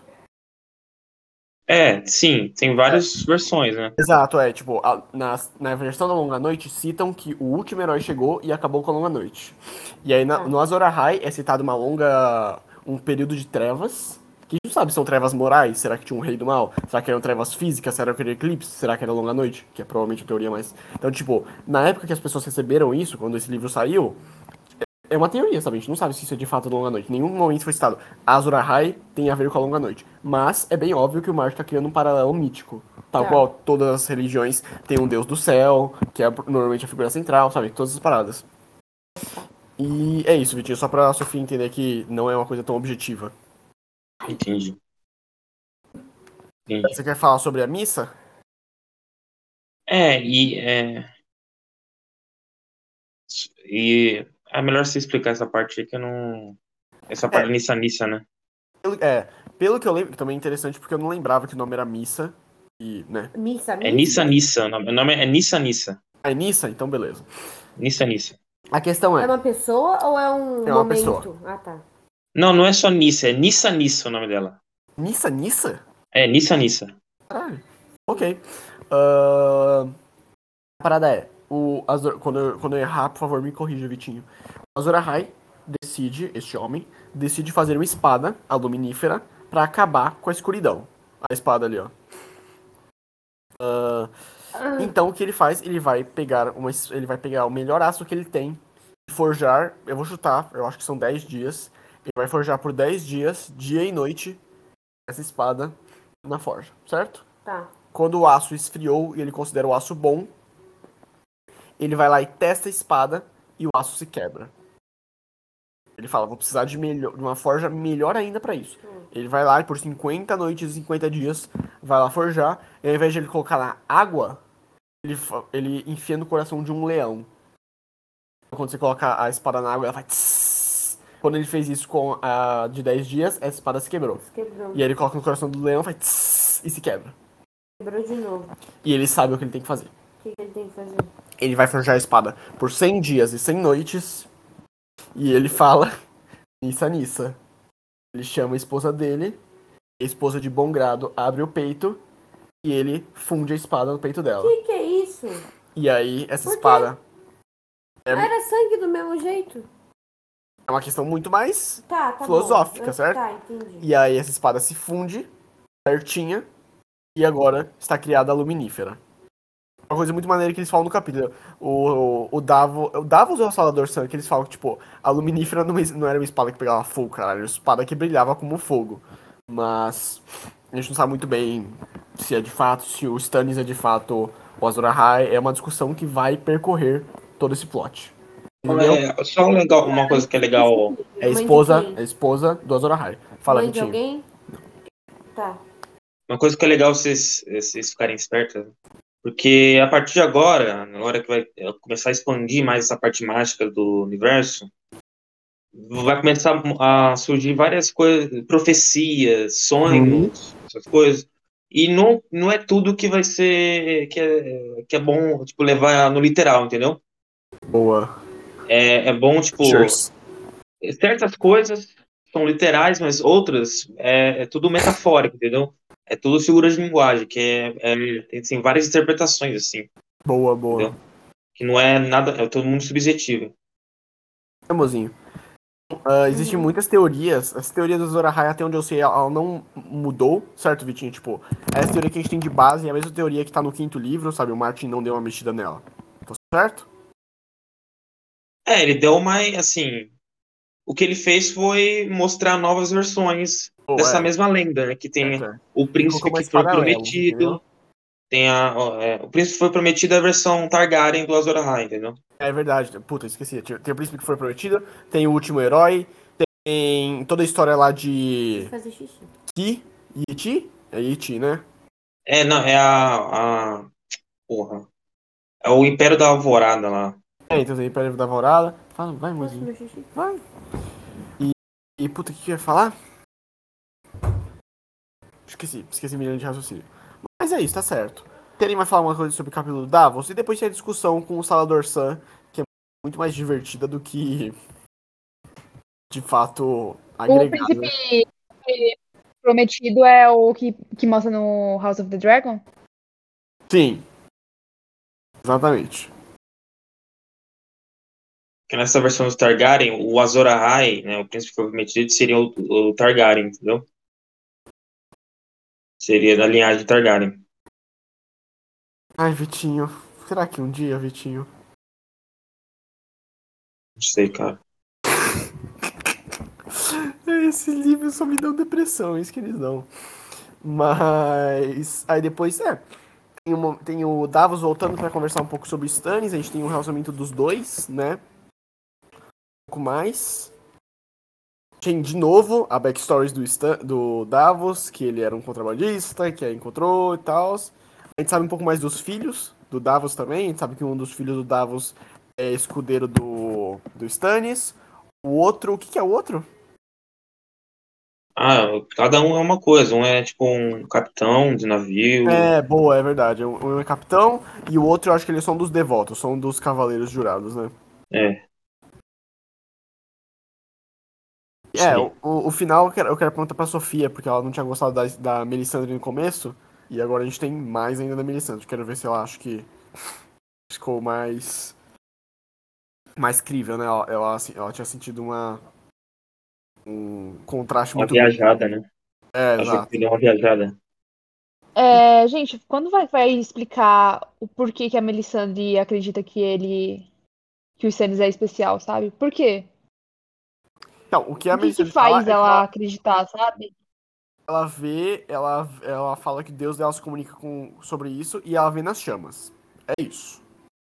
É, sim, tem várias versões, né? Exato, é, tipo, a- na, na versão da Longa Noite citam que o último herói chegou e acabou com a Longa Noite. E aí na- Tá. no Azor Ahai é citado uma longa... um período de trevas, que a gente não sabe se são trevas morais, será que tinha um rei do mal? Será que eram trevas físicas? Será que era eclipse? Será que era Longa Noite? Que é provavelmente a teoria mais... Então, tipo, na época que as pessoas receberam isso, quando esse livro saiu, é uma teoria, sabe? A gente não sabe se isso é de fato Longa Noite. Em nenhum momento foi citado Azor Ahai tem a ver com a Longa Noite. Mas é bem óbvio que o Martin tá criando um paralelo mítico. Tal Tá. qual todas as religiões têm um deus do céu, que é normalmente a figura central, sabe? Todas as paradas. E é isso, Vitinho. Só pra Sofia entender que não é uma coisa tão objetiva. Entendi. Entendi. Você quer falar sobre a missa? É, e é, e é melhor você explicar essa parte aí que eu não. Essa parte É. da Nissa Nissa, né? Pelo- É, pelo que eu lembro, que também é interessante porque eu não lembrava que o nome era missa. E, né? Missa, É Nissa missa? Nissa. O nome, o nome é Nissa Nissa. Ah, é missa? Então beleza. Nissa Nissa. A questão É é, uma pessoa ou é um É uma momento? Ah, tá. Não, não é só Nissa, é Nissa Nissa o nome dela. missa, Nissa? É Nissa Nissa. Caralho. Ok. Ahn, A parada é, o Azor, quando, eu, quando eu errar, por favor, me corrija, Vitinho. O Azor Ahai decide, este homem, decide fazer uma espada, a luminífera, pra acabar com a escuridão. A espada ali, ó. Ah, então o que ele faz? Ele vai pegar uma, es- ele vai pegar o melhor aço que ele tem e forjar, eu vou chutar, eu acho que são dez dias. Ele vai forjar por dez dias, dia e noite, essa espada na forja, certo? Tá. Quando o aço esfriou e ele considera o aço bom, ele vai lá e testa a espada e o aço se quebra. Ele fala, vou precisar de, melhor, de uma forja melhor ainda pra isso. Ele vai lá e por cinquenta noites e cinquenta dias vai lá forjar, e ao invés de ele colocar na água, ele, fa- ele enfia no coração de um leão. Quando você coloca a espada na água, ela vai tss. Quando ele fez isso com a de dez dias, essa espada se quebrou. Quebrou. E aí ele coloca no coração do leão, faz tss, e se quebra. Quebrou de novo. E ele sabe o que ele tem que fazer. O que que ele tem que fazer? Ele vai forjar a espada por cem dias e cem noites. E ele fala, Nissa Nissa. Ele chama a esposa dele. A esposa de bom grado abre o peito. E ele funde a espada no peito dela. O que que é isso? E aí, essa Por quê? espada É- Não era sangue do mesmo jeito? é uma questão muito mais... Tá, tá Filosófica, bom. certo? Tá, entendi. E aí, essa espada se funde certinha. E agora está criada a luminífera. Uma coisa muito maneira que eles falam no capítulo. O, o, o Davos, o Davos ou o Salvador Sun, que eles falam que, tipo, a luminífera não, não era uma espada que pegava fogo, caralho. Era uma espada que brilhava como fogo. Mas a gente não sabe muito bem se é de fato, se o Stannis é de fato o Azor Ahai. É uma discussão que vai percorrer todo esse plot. Entendeu? É, só um legal, uma coisa que é legal. É a Mãe de esposa, quem? é a esposa do Azor Ahai. Fala, Mãe de Vitinho. alguém? Tá. Uma coisa que é legal vocês, vocês ficarem espertos, porque a partir de agora, na hora que vai começar a expandir mais essa parte mágica do universo, vai começar a surgir várias coisas, profecias, sonhos, essas coisas. E não, não é tudo que vai ser que é, que é bom, tipo, levar no literal, entendeu? Boa. É, é bom, tipo, Cheers. certas coisas são literais, mas outras é, é tudo metafórico, entendeu? É tudo figura de linguagem, que é, é- tem assim, várias interpretações, assim, Boa, boa. entendeu? Que não é nada, é todo mundo subjetivo. Amorzinho. Ah, existem Uhum. muitas teorias. Essa teoria do Azor Ahai, até onde eu sei, ela não mudou, certo, Vitinho? Tipo, essa teoria que a gente tem de base é a mesma teoria que tá no quinto livro, sabe? O Martin não deu uma mexida nela. Tô certo? É, ele deu uma, assim, o que ele fez foi mostrar novas versões Ou dessa é, mesma lenda, né? Que tem certo, é. o Ele colocou príncipe que mais foi paralelos, prometido, entendeu? tem a, ó, é, o príncipe foi prometido é a versão Targaryen do Azor Ahai, entendeu? É verdade. Puta, esqueci. Tem tem o príncipe que foi prometido, tem o último herói, tem toda a história lá de Fazer xixi. Ki, Iti? É Iti, né? É, não, é a, a porra, é o Império da Alvorada lá. É, então tem Império da Alvorada. Fala, vai, Posso mozinho. meu xixi? Vai. E, e puta, o que que eu ia falar? Esqueci, esqueci milhão de raciocínio. Mas é isso, tá certo. Querem mais falar uma coisa sobre o capítulo do Davos? E depois tem a discussão com o Salador San, que é muito mais divertida do que, de fato, O agregada. príncipe prometido é o que, que mostra no House of the Dragon? Sim. Exatamente. Que nessa versão do Targaryen, o Azor Ahai, né, o príncipe que foi prometido, seria o, o Targaryen, entendeu? Seria da linhagem Targaryen. Ai, Vitinho. Será que um dia, Vitinho? Não sei, cara. Esse livro só me dão depressão, é isso que eles dão. Mas. Aí depois, é. Tem, uma- tem o Davos voltando pra conversar um pouco sobre Stannis. A gente tem um relacionamento dos dois, né? Um pouco mais. Tem de novo a backstory do, Stan, do Davos, que ele era um contrabandista, que aí encontrou e tal. A gente sabe um pouco mais dos filhos do Davos também. A gente sabe que um dos filhos do Davos é escudeiro do, do Stannis. O outro. O que, que é o outro? Ah, cada um é uma coisa. Um é tipo um capitão de navio. É, boa, é verdade. Um um é capitão e o outro eu acho que eles são dos devotos, são dos cavaleiros jurados, né? É, É, sim. o, o, o final eu quero, eu quero perguntar pra Sofia, porque ela não tinha gostado da, da Melisandre no começo, e agora a gente tem mais ainda da Melisandre. Quero ver se ela acha que ficou mais. Mais crível, né? Ela, ela, assim, ela tinha sentido uma. Um contraste Uma muito grande. viajada, né? É, Achou que exato. deu uma viajada. É, gente, quando vai, vai explicar o porquê que a Melisandre acredita que ele. Que o Stannis é especial, sabe? Por quê? Então, o que a O que que Melisandre fala faz é que ela ela, acreditar, sabe? ela vê, ela, ela fala que Deus dela se comunica com, sobre isso e ela vê nas chamas. É isso.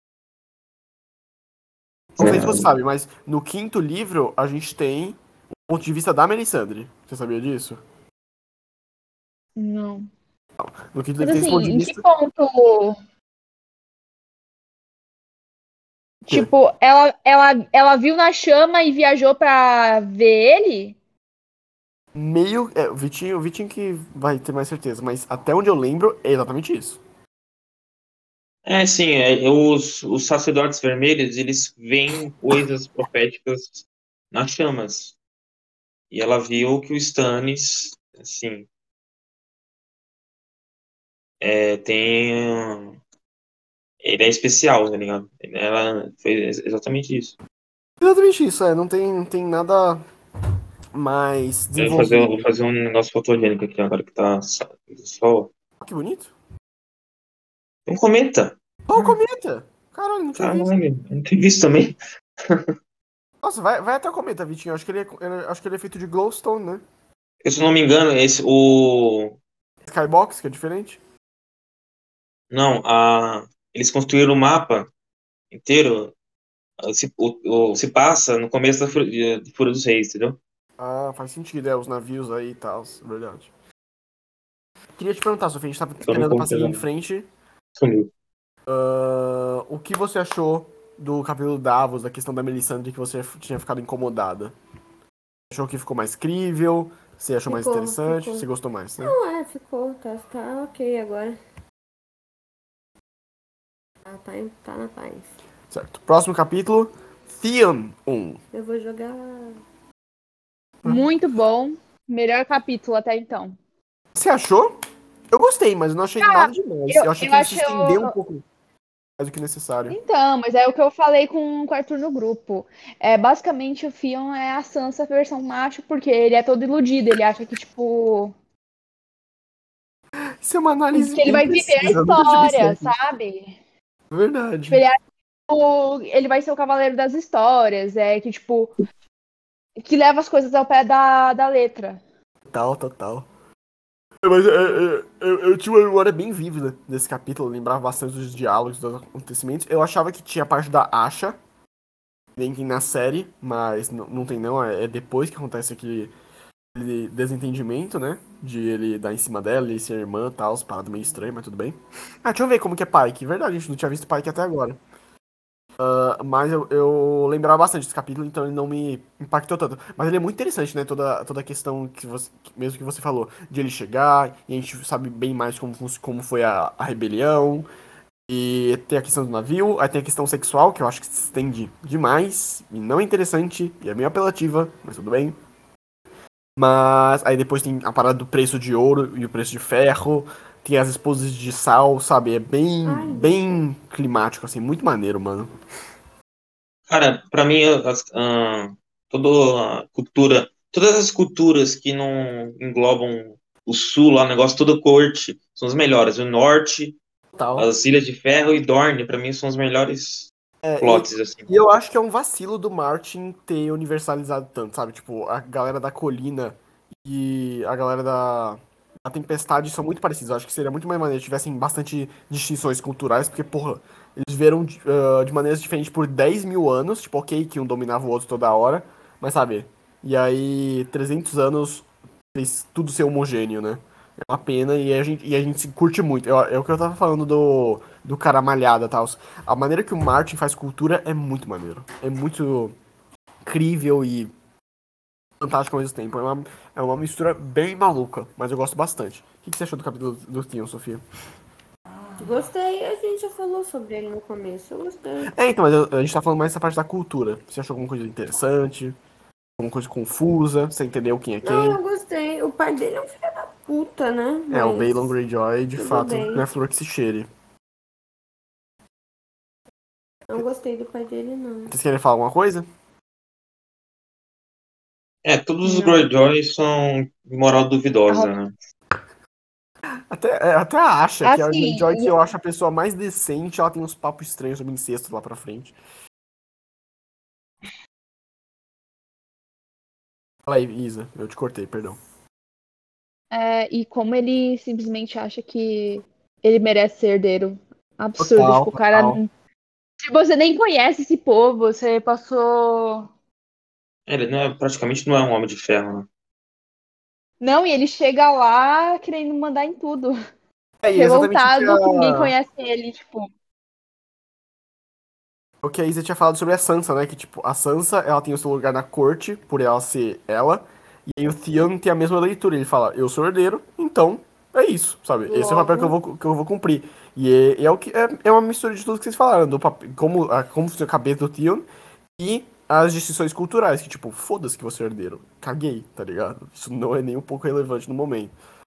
Não sei se você É. sabe, mas no quinto livro a gente tem o ponto de vista da Melisandre. Você sabia disso? Não. No quinto Mas livro tem esse assim, ponto de em que vista. ponto. Que Tipo, ela, ela, ela viu na chama e viajou pra ver ele? meio. É, o Vitinho, o Vitinho que vai ter mais certeza, mas até onde eu lembro é exatamente isso. É, sim, é, os, os sacerdotes vermelhos, eles veem coisas proféticas nas chamas. E ela viu que o Stannis, assim, é, tem. Ele é especial, tá ligado? Ela fez exatamente isso. Exatamente isso, é. Não tem, não tem nada mais Eu vou fazer, desenvolvido. vou fazer um negócio fotogênico aqui agora que tá só- sol. Ah, que bonito. Um cometa! Ó, o cometa! Caralho, não tinha visto. Caralho, eu não tinha visto também. Nossa, vai, vai até o cometa, Vitinho. Acho que ele é, ele- acho que ele é feito de glowstone, né? Eu, se eu não me engano, esse, o. Skybox, que é diferente. Não, a. Eles construíram o mapa inteiro. Se, o, o- se passa no começo da Fúria, de, de Fúria dos Reis, entendeu? Ah, faz sentido, é, os navios aí e tal, verdade. Queria te perguntar, Sofia, a gente tava Então no esperando pra seguir em computador frente. sumiu. Ah, o que você achou do capítulo Davos, da questão da Melisandre que você tinha ficado incomodada? Achou que ficou mais crível? Você achou mais Ficou, interessante? ficou. Você gostou mais, né? Não, é, ficou. Tá, tá ok agora. Tá, tá, em- tá na paz. Certo. Próximo capítulo, Theon um. Eu vou jogar. Muito bom. Melhor capítulo até então. Você achou? Eu gostei, mas eu não achei nada demais. Eu, Eu achei eu que ele se acho. estendeu um pouco mais do que necessário. Então, mas é o que eu falei com, com o Arthur no grupo. É, basicamente, o Theon é a Sansa versão macho, porque ele é todo iludido. Ele acha que, tipo, Isso é uma análise que ele bem vai viver a precisa. Eu nunca tinha visto história, assim. sabe? Tipo, Verdade. ele acha que o- ele vai ser o cavaleiro das histórias. É que, tipo, que leva as coisas ao pé da, da letra. Total, total. Mas é, é, eu, eu tinha uma memória bem vívida desse capítulo, eu lembrava bastante dos diálogos, dos acontecimentos. Eu achava que tinha a parte da Asha, nem que na série, mas n- não tem não, é, é depois que acontece aquele, aquele desentendimento, né? De ele dar em cima dela, ele ser irmã e tal, parada meio estranha, mas tudo bem. Ah, deixa eu ver como que é Pike. Verdade, a gente não tinha visto Pike até agora. Mas eu, eu lembrava bastante desse capítulo, então ele não me impactou tanto. Mas ele é muito interessante, né? Toda, toda a questão que você, mesmo que você falou, de ele chegar, e a gente sabe bem mais como, fun- como foi a, a rebelião. E tem a questão do navio, aí tem a questão sexual, que eu acho que se estende demais, e não é interessante, e é meio apelativa, mas tudo bem. Mas aí depois tem a parada do preço de ouro e o preço de ferro, tem as esposas de sal, sabe? É bem, Ai, bem climático, assim, muito maneiro, mano. Cara, pra mim, as- ah, toda a cultura, todas as culturas que não englobam o sul, lá, o negócio, toda corte, são as melhores. O norte, Tal. as Ilhas de Ferro e Dorne, pra mim, são os melhores É, e, plots, assim. e eu acho que é um vacilo do Martin ter universalizado tanto, sabe? Tipo, a galera da colina e a galera da, da tempestade são muito parecidos. Eu acho que seria muito mais maneiro se tivessem bastante distinções culturais, porque, porra, eles viveram de, ah, de maneiras diferentes por dez mil anos. Tipo, ok, que um dominava o outro toda hora, mas sabe? E aí, trezentos anos fez tudo ser homogêneo, né? É uma pena e a gente, e a gente se curte muito. É, é o que eu tava falando do, do cara malhada e tal. A maneira que o Martin faz cultura é muito maneiro. É muito incrível e fantástico ao mesmo tempo. É uma, é uma mistura bem maluca, mas eu gosto bastante. O que, que você achou do capítulo do Theon, Sofia? Gostei, a gente já falou sobre ele no começo. Eu gostei. É, então, mas eu- a gente tá falando mais dessa parte da cultura. Você achou alguma coisa interessante? Alguma coisa confusa? Você entendeu quem é Não, quem? eu gostei. O pai dele é um filho da puta, né? É, o Mas Balon Greyjoy, de tudo fato, não bem. é flor que se cheire. Não gostei do pai dele, não. Vocês querem falar alguma coisa? É, todos os Não. Greyjoys são de moral duvidosa, né? Até, é, até acha que a Assim, Greyjoy, que eu acho a pessoa mais decente, ela tem uns papos estranhos sobre incesto lá pra frente. Fala aí, Isa, eu te cortei, perdão. é, e como ele simplesmente acha que ele merece ser herdeiro. Absurdo. Total, Tipo, o cara. total. Se você nem conhece esse povo, você passou. Ele não é, praticamente não é um homem de ferro, né? Não, e ele chega lá querendo mandar em tudo. É, e é exatamente o que Revoltado que ninguém a, conhece ele, tipo. o que a Isa tinha falado sobre a Sansa, né? Que, tipo, a Sansa, ela tem o seu lugar na corte, por ela ser ela, e aí o Theon tem a mesma leitura. Ele fala, eu sou herdeiro, então é isso, sabe? Esse é o papel que eu Logo, vou, que eu vou cumprir. E é, é o que, é, é uma mistura de tudo que vocês falaram, do papel, como, a, como funciona a cabeça do Theon e as distinções culturais, que, tipo, foda-se que você é herdeiro. Caguei, tá ligado? Isso não é nem um pouco relevante no momento.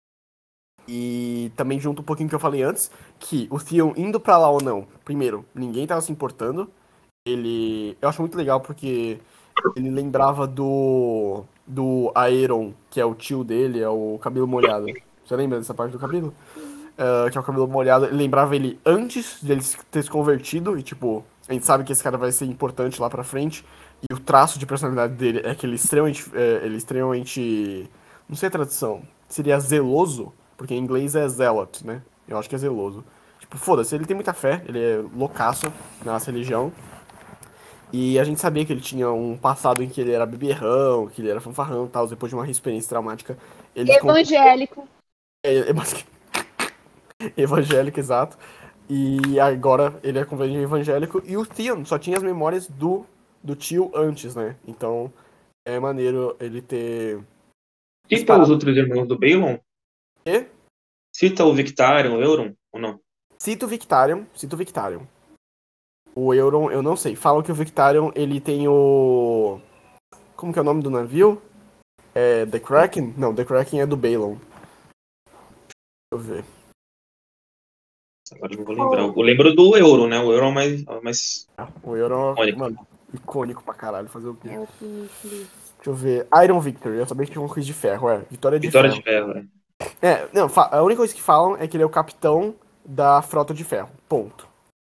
E também junto um pouquinho que eu falei antes, que o Theon indo pra lá ou não, primeiro, ninguém tava se importando. Ele. Eu acho muito legal porque ele lembrava do. Do Aeron, que é o tio dele, é o cabelo molhado. Você lembra dessa parte do cabelo? Ah, que é o cabelo molhado. Ele lembrava ele antes de ele ter se convertido. E, tipo, a gente sabe que esse cara vai ser importante lá pra frente. E o traço de personalidade dele é que ele é extremamente. É, ele é extremamente. Não sei a tradução. Seria zeloso, porque em inglês é zealot, né? Eu acho que é zeloso. Tipo, foda-se, ele tem muita fé, ele é loucaço na nossa religião. E a gente sabia que ele tinha um passado em que ele era beberrão, que ele era fanfarrão e tal. Depois de uma experiência traumática, ele se converteu. Evangélico. É, é basicamente evangélico, exato. E agora ele é convertido evangélico. E o Theon só tinha as memórias do, do tio antes, né? Então é maneiro ele ter Cita os disparado. outros irmãos do Balon? E Cita o Victarion, o Euron, ou não? cito o Victarion, cito o Victarion. O Euron, eu não sei. Falam que o Victarion, ele tem o... Como que é o nome do navio? É The Kraken? Não, The Kraken é do Balon. Deixa eu ver. Agora eu não vou lembrar. oh, Eu lembro do Euron, né? O Euron é mais, é mais O Euron, icônico. mano, icônico pra caralho. Fazer o quê? help me, please. Deixa eu ver. Iron Victory. Eu sabia que tinha uma coisa de ferro, é. Vitória de Vitória de ferro. Ferro, né? É, não, fa- a única coisa que falam é que ele é o capitão da frota de ferro. Ponto.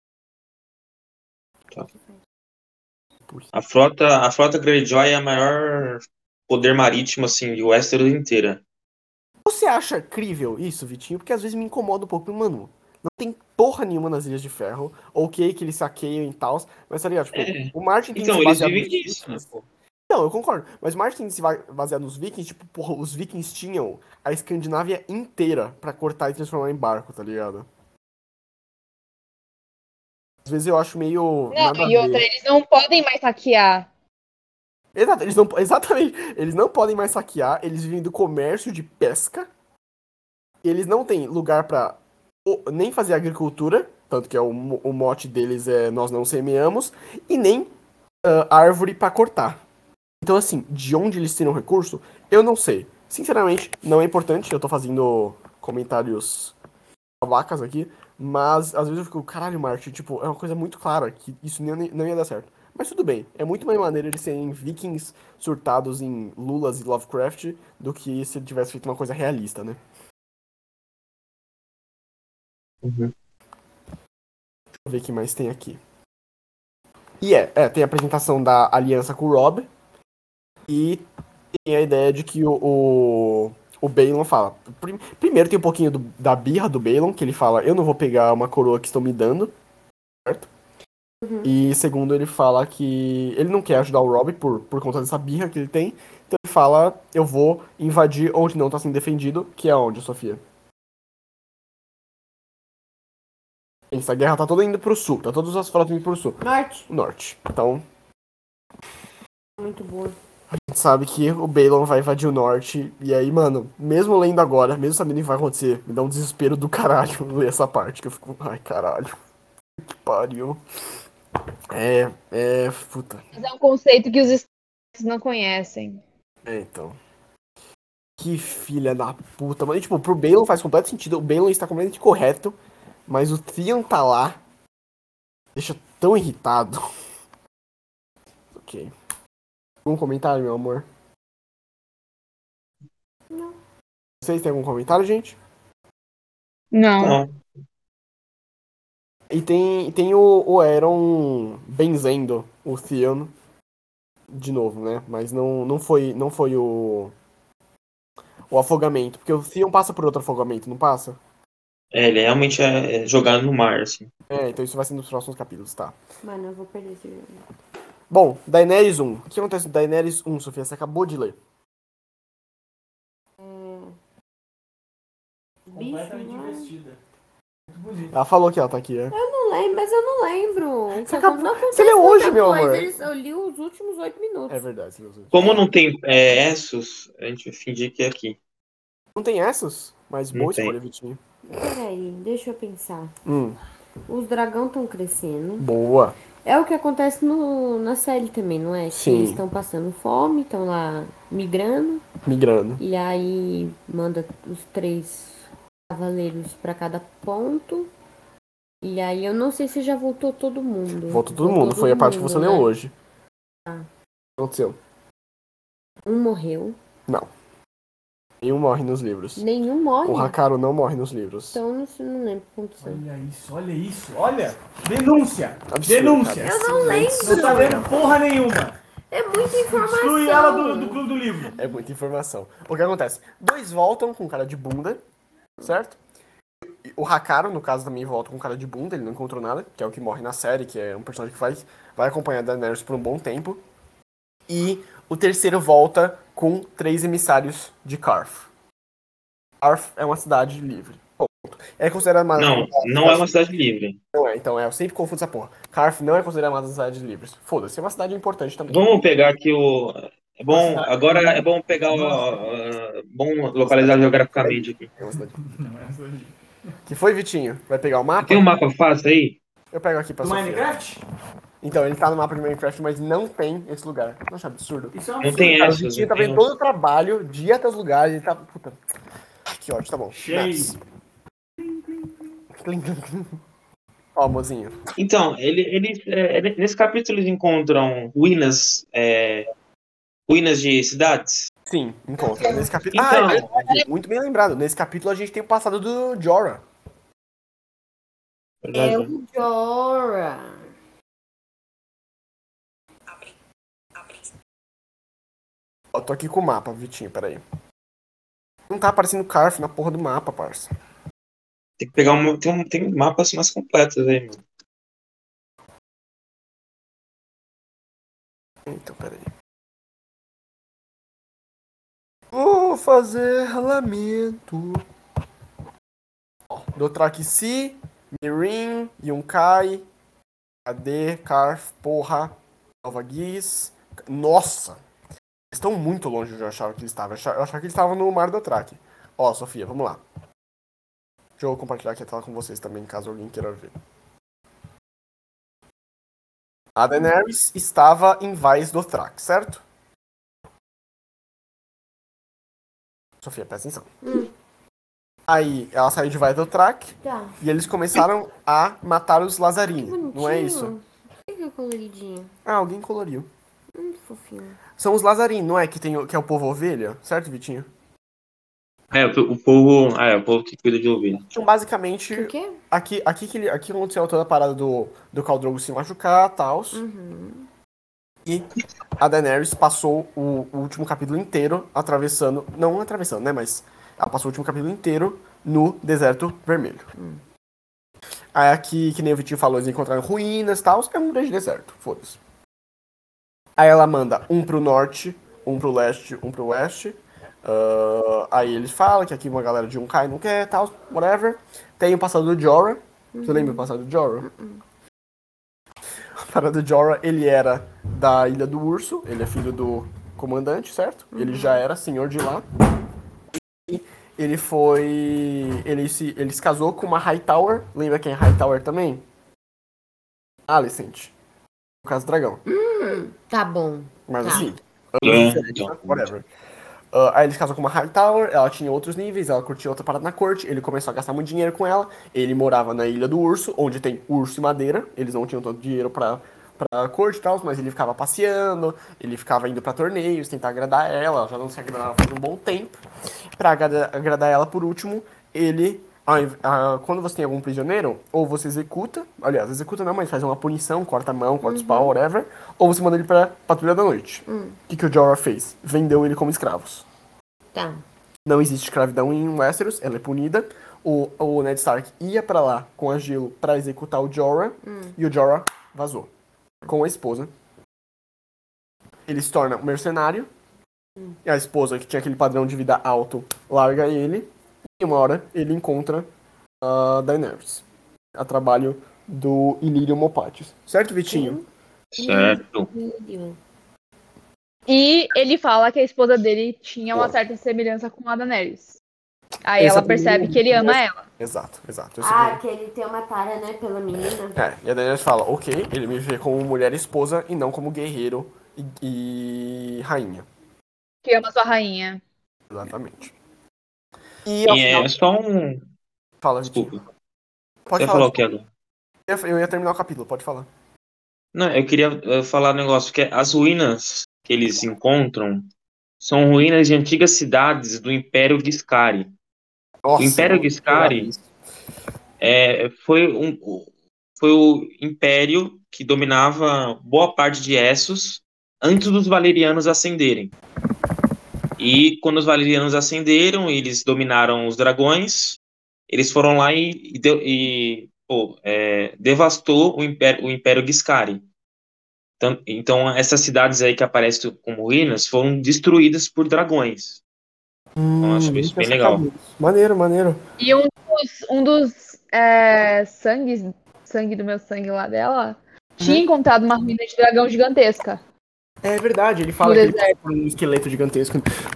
Tá. A frota, a frota Greyjoy é a maior poder marítimo, assim, de Westeros inteira. Você acha crível isso, Vitinho? Porque às vezes me incomoda um pouco, mano. Não tem porra nenhuma nas Ilhas de Ferro. Ok, que eles saqueiam e tal. Mas tá ligado? Tipo, É. o Martin tem que Então, se eles basear vivem nos disso, né, Vikings. pô? Não, eu concordo. Mas o Martin tem que se va- basear nos Vikings. Tipo, porra, os Vikings tinham a Escandinávia inteira pra cortar e transformar em barco, tá ligado? Às vezes eu acho meio Não, nada a e outra, ver. eles não podem mais saquear. Exato, eles não, exatamente. Eles não podem mais saquear. Eles vivem do comércio de pesca. Eles não têm lugar pra o- nem fazer agricultura, tanto que é o, mo- o mote deles é nós não semeamos, e nem ah, árvore pra cortar. Então, assim, de onde eles tiram recurso, eu não sei. Sinceramente, não é importante. Eu tô fazendo comentários babacas aqui, mas às vezes eu fico, caralho, Martin, tipo, é uma coisa muito clara que isso não, ia- não ia dar certo. Mas tudo bem, é muito mais maneiro eles serem vikings surtados em Lulas e Lovecraft do que se ele tivesse feito uma coisa realista, né? Uhum. Deixa eu ver o que mais tem aqui. E é, é, tem a apresentação da aliança com o Rob. E tem a ideia de que o, o, o Balon fala. prim- Primeiro tem um pouquinho do- da birra do Balon, que ele fala, eu não vou pegar uma coroa que estão me dando, certo? Uhum. E segundo, ele fala que ele não quer ajudar o Rob por, por conta dessa birra que ele tem. Então ele fala, eu vou invadir onde não tá sendo defendido, que é onde, Sofia? Essa guerra tá toda indo pro sul, tá todas as frotas indo pro sul. Norte. O norte. Então, Muito boa. a gente sabe que o Balon vai invadir o norte. E aí, mano, mesmo lendo agora, mesmo sabendo o que vai acontecer, me dá um desespero do caralho ler essa parte. Que eu fico, ai caralho, que pariu. É, é, puta. Mas é um conceito que os estudantes não conhecem. É, então. Que filha da puta. Mano, e, tipo, pro Balon faz completo sentido. O Balon está completamente correto. Mas o Theon tá lá. Deixa tão irritado. Ok. Algum comentário, meu amor? Não. Vocês têm algum comentário, gente? Não. Não. E tem, tem o, o Aeron benzendo o Theon de novo, né? Mas não, não foi, não foi o, o afogamento. Porque o Theon passa por outro afogamento, não passa? É, ele realmente é é jogado no mar, assim. É, então isso vai ser nos próximos capítulos, tá? Mano, eu vou perder esse jogo. Bom, Daenerys um. O que acontece no Daenerys um, Sofia? Você acabou de ler. Bicho, Completamente não, investida. Muito bonito. Ela falou que ela tá aqui, né? não lembro, mas eu não lembro. O que Você acon- acabou- Não acontece você leu muita hoje, meu coisa, amor. eles- Eu li os últimos oito minutos. É verdade, você leu os outros. Como não tem é, Essos, a gente vai fingir que é aqui. Não tem essas? Mas Não boa tem. escolha, Vitinho. Peraí, deixa eu pensar. Hum, Os dragão estão crescendo. boa. É o que acontece no, na série também, não é? Que Sim. eles estão passando fome, estão lá migrando. Migrando. E aí manda os três cavaleiros pra cada ponto. E aí eu não sei se já voltou todo mundo. Voltou todo mundo. Foi a parte que você mundo, leu né? hoje. Tá. O que aconteceu? Um morreu. Não. Nenhum morre nos livros. Nenhum morre. O Hakaru não morre nos livros. Então eu não, sei- não lembro o que aconteceu. Olha isso, olha isso, olha! Denúncia! Absurdo, Denúncia! cara. Eu não lembro. Não tá vendo porra nenhuma! É muita informação. Exclui ela do, do clube do livro! É muita informação. O que acontece? Dois voltam com cara de bunda, certo? E o Hakaru, no caso, também volta com cara de bunda, ele não encontrou nada, que é o que morre na série, que é um personagem que vai, vai acompanhar a Daenerys por um bom tempo. E o terceiro volta com três emissários de Karth. Karth é uma cidade livre. Ponto. É considerada uma... Não, não é uma cidade livre. Não é, então é, eu sempre confundo essa porra. Karth não é considerada uma cidade livre. Foda-se, é uma cidade importante também. Vamos pegar aqui o. É bom, agora é bom pegar o. o- bom localizar geograficamente aqui. É uma cidade. Não é essa ali. Que foi, Vitinho? Vai pegar o mapa? Tem um mapa fácil aí? Eu pego aqui pra Do Sofia. Minecraft? Então, ele tá no mapa de Minecraft, mas não tem esse lugar. Nossa, absurdo. Isso é um Não absurdo. tem Cara, o Essos. Vitinho não tá tem vendo todo o trabalho, dia até os lugares, ele tá... Puta. Ai, que ódio, tá bom. Cheio. Maps. Clim, clim, clim. Ó, mozinho. Então, ele, ele, é, nesse capítulo eles encontram ruínas, é, ruínas de cidades. Sim, encontra. Nesse capítulo... Então. Ah, é verdade. Muito bem lembrado. Nesse capítulo a gente tem o passado do Jorah. É o Jorah. Eu tô aqui com o mapa, Vitinho, peraí. Não tá aparecendo Carf na porra do mapa, parça. Tem que pegar um. Tem, um, tem mapas mais completos aí, mano. Então, peraí. Vou fazer lamento. Ó, Dothraki, Mirin, Yunkai, Cadê? Carf, porra, Nova Guiz. Nossa! Eles estão muito longe de onde eu achava que eles estavam. Eu achava, eu achava que eles estavam no Mar do Dothraki. Ó, Sofia, vamos lá. Deixa eu compartilhar aqui a tela com vocês também, caso alguém queira ver. A Daenerys estava em Vais Dothraki, certo? Sofia, presta atenção. Hum. Aí, ela saiu de Vais Dothraki Tá. e eles começaram a matar os Que Lazarini. bonitinho. Não é isso? Por que é coloridinho? Ah, alguém coloriu. Muito fofinho. São os Lazarini, não é? Que, tem, o- que é o povo ovelha, certo, Vitinho? É, o, o povo. Ah, é, o povo que cuida de ovelha. Então, basicamente, O quê? aqui, aqui, que ele- aqui aconteceu toda a parada do, do Khal Drogo se machucar e tal. Uhum. E a Daenerys passou o, o último capítulo inteiro atravessando. Não atravessando, né? Mas ela passou o último capítulo inteiro no Deserto Vermelho. Hum. Aí aqui, que nem o Vitinho falou, eles encontraram ruínas e tal. É um grande deserto, foda-se. Aí ela manda um pro norte, um pro leste, um pro oeste. Uh, aí eles falam que aqui uma galera de um cai não quer, tal, whatever. Tem o passado do Jorah. Uhum. Você lembra o passado do Jorah? O passado do Jorah, ele era da Ilha do Urso. Ele é filho do comandante, certo? Uhum. Ele já era senhor de lá. E ele foi... Ele se, ele se casou com uma Hightower. Lembra quem é Hightower também? Alicent. No caso do dragão. Hum, tá bom. Mas Tá. assim, É, diferente, então. né? Whatever. Uh, aí ele se casou com uma Hightower, ela tinha outros níveis, ela curtia outra parada na corte, ele começou a gastar muito dinheiro com ela, ele morava na Ilha do Urso, onde tem urso e madeira, eles não tinham todo dinheiro pra, pra corte e tal, mas ele ficava passeando, ele ficava indo pra torneios, tentar agradar ela, ela já não se agradava faz um bom tempo. Pra agrada- agradar ela, por último, ele, ao inv- ah, quando você tem algum prisioneiro, ou você executa, aliás, executa não, mas faz uma punição, corta a mão, corta os pau, whatever, ou você manda ele pra Patrulha da Noite. Hum, O que, que o Jorah fez? Vendeu ele como escravos. tá. Não existe escravidão em Westeros, ela é punida. O, o Ned Stark ia pra lá com a gelo pra executar o Jorah, Hum. e o Jorah vazou com a esposa. Ele se torna um mercenário, e a esposa, que tinha aquele padrão de vida alto, larga ele, e uma hora ele encontra a Daenerys, a trabalho do Illyrio Mopatis. Certo, Vitinho? Certo. Vídeo. E ele fala que a esposa dele tinha uma certa semelhança com a Daenerys. Aí Esse é ela o percebe primeiro- que ele ama ela. Exato, exato. Esse é o Ah, que ele tem uma tara, né, pela menina. É, e a Daenerys fala, ok, ele me vê como mulher e esposa e não como guerreiro e, e rainha. Que ama sua rainha. Exatamente. E ao E final... é só um. Fala, Vitinho. Desculpa. Pode Você ia falar. falar o que agora? Eu ia- Eu ia terminar o capítulo, pode falar. Não, eu queria eh, falar um negócio, que as ruínas que eles encontram são ruínas de antigas cidades do Império Giscari. Nossa, O Império eu- Giscari é, foi, um, foi o império que dominava boa parte de Essos antes dos Valerianos ascenderem. E quando os Valerianos ascenderam, eles dominaram os dragões, eles foram lá e, e, deu- e, pô, é, devastou o Império, o Império Giscari. Então, então, essas cidades aí que aparecem como ruínas foram destruídas por dragões. Então, eu acho isso bem legal. Maneiro, maneiro. E um dos, um dos é, sangues, sangue do meu sangue lá dela, tinha encontrado uma ruína de dragão gigantesca. É verdade, ele fala No que ele deserto. passou por um esqueleto gigantesco.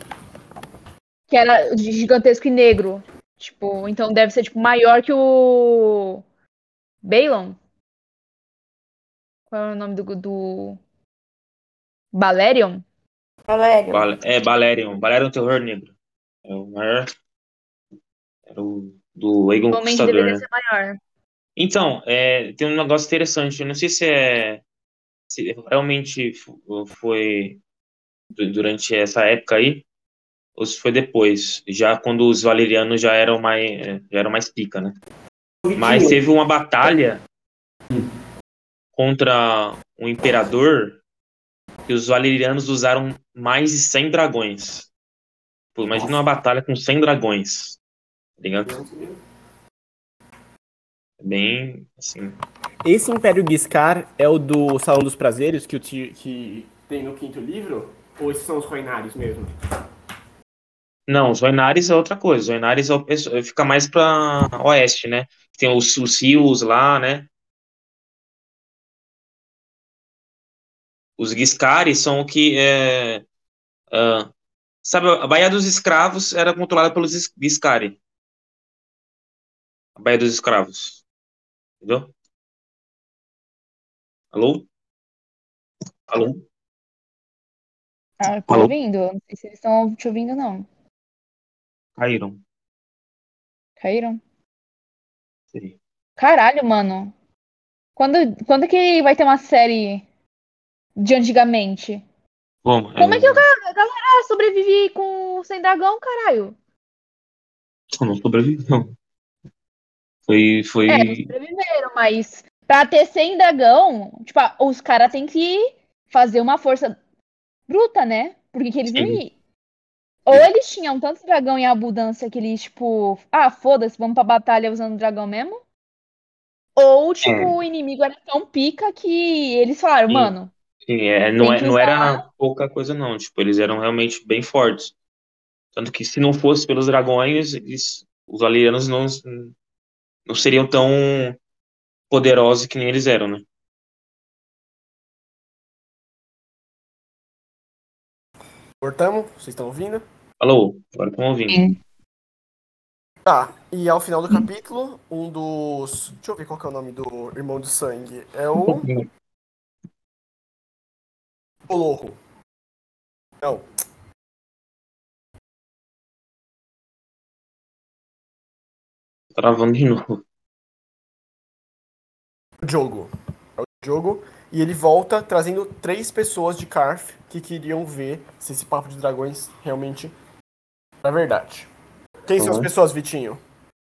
Que era de- gigantesco e negro. Tipo, então deve ser tipo maior que o Balon. Qual é o nome do, do... Balerion? Valério. Bal- É Balerion. Balerion Terror Negro. É o maior. Era o do Aegon Provavelmente Conquistador, deveria né? ser maior. Então, é, tem um negócio interessante. Eu não sei se é se realmente f- foi du- durante essa época aí, ou se foi depois, já quando os valerianos já eram mais, é, já eram mais pica, né? Mas teve uma batalha contra um imperador que os valerianos usaram mais de cem dragões. Pô, imagina Nossa. uma batalha com cem dragões. Tá ligado? É bem, assim... Esse Império Giscar é o do Salão dos Prazeres que, o ti- que tem no quinto livro? Ou esses são os Roinares mesmo? Não, os Zoinares é outra coisa. Os Zoinares é o pessoal- fica mais pra oeste, né? Tem os, os rios lá, né? Os Giscares são o que é... ah, sabe, a Baía dos Escravos era controlada pelos Gis- Giscari. A Baía dos Escravos. Entendeu? Alô? Alô? Ah, eu tô Alô? ouvindo. Não sei se eles estão te ouvindo, não. Caíram. Caíram? Sim. Caralho, mano. Quando, quando que vai ter uma série de antigamente? Como? Como é que a É... ga- a galera sobrevive com sem dragão, caralho? Não sobreviveu. Foi, É, não foi... sobreviveram, mas pra ter sem dragão, tipo, ah, os caras têm que fazer uma força bruta, né? Porque que eles não Sim. iam. Ou eles tinham tanto dragão em abundância que eles, tipo, ah, foda-se, vamos pra batalha usando dragão mesmo. Ou, tipo, É, o inimigo era tão pica que eles falaram, sim, mano, sim, é, não, tem é, que não era usar. pouca coisa, não. Tipo, eles eram realmente bem fortes. Tanto que se não fosse pelos dragões, eles, os alianos não, não seriam tão poderosos que nem eles eram, né? Cortamos? Vocês estão ouvindo? Alô, agora estão ouvindo. Sim. Tá, e ao final do capítulo, um dos. Deixa eu ver qual que é o nome do irmão de sangue. É o. Olorro. Não. Travando de novo. O Diogo. É o Diogo. E ele volta trazendo três pessoas de Carth que queriam ver se esse papo de dragões realmente é verdade. Quem são as Uhum. pessoas, Vitinho?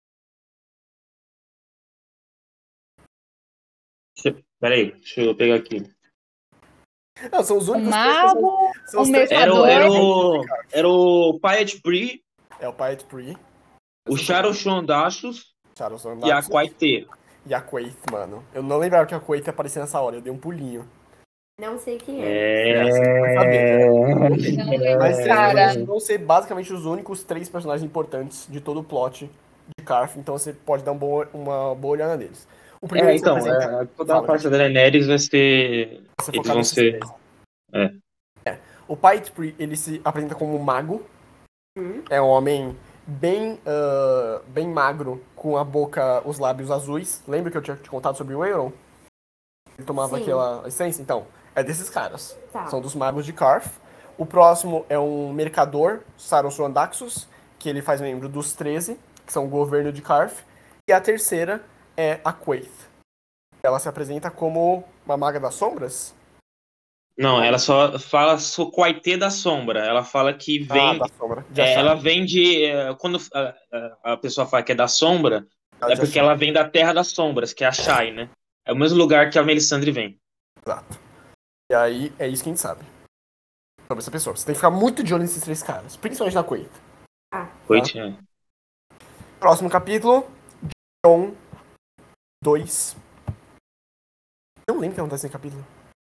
Deixa- Peraí, deixa eu pegar aqui. Não, são os Um únicos três pessoas. mago, São um os três Era, o- mercador. era, personagens de o, Carth. era o Piet Bree, É o Piet Pri, o Charo Shondachus Charles e a Andaxos Quaite. e a Quaith, mano. Eu não lembrava que a Quaith aparecia nessa hora, eu dei um pulinho. Não sei quem é. É, você não vai saber. Não lembro, Mas três cara. personagens vão ser basicamente os únicos três personagens importantes de todo o plot de Carth, então você pode dar um bom- uma boa olhada neles. O primeiro É, que se então, apresenta. é, toda a Fala, parte gente. da Daenerys vai ser. Você Eles focar vão nesses ser. três. É. O Piet Pri, ele se apresenta como um mago. É um homem bem, ah, bem magro, com a boca, os lábios azuis. Lembra que eu tinha te contado sobre o Euron? Ele tomava Sim. aquela essência? Então, é desses caras. Tá. São dos magos de Carth. O próximo é um mercador, Saros Andaxos, que ele faz membro dos treze, que são o governo de Carth. E a terceira é a Quaith. Ela se apresenta como uma maga das sombras? Não, ela só fala Soquaitê da Sombra. Ela fala que Ah, vem. da sombra. De é, achar. ela vem de. é, quando a, a- a pessoa fala que é da Sombra, Ah, é de porque achar. ela vem da Terra das Sombras, que é a Shai, né? É o mesmo lugar que a Melisandre vem. Exato. E aí, é isso que a gente sabe sobre essa pessoa. Você tem que ficar muito de olho nesses três caras, principalmente na Quaith. Coit, é. Próximo capítulo, John dois. Não lembro o que acontece nesse capítulo.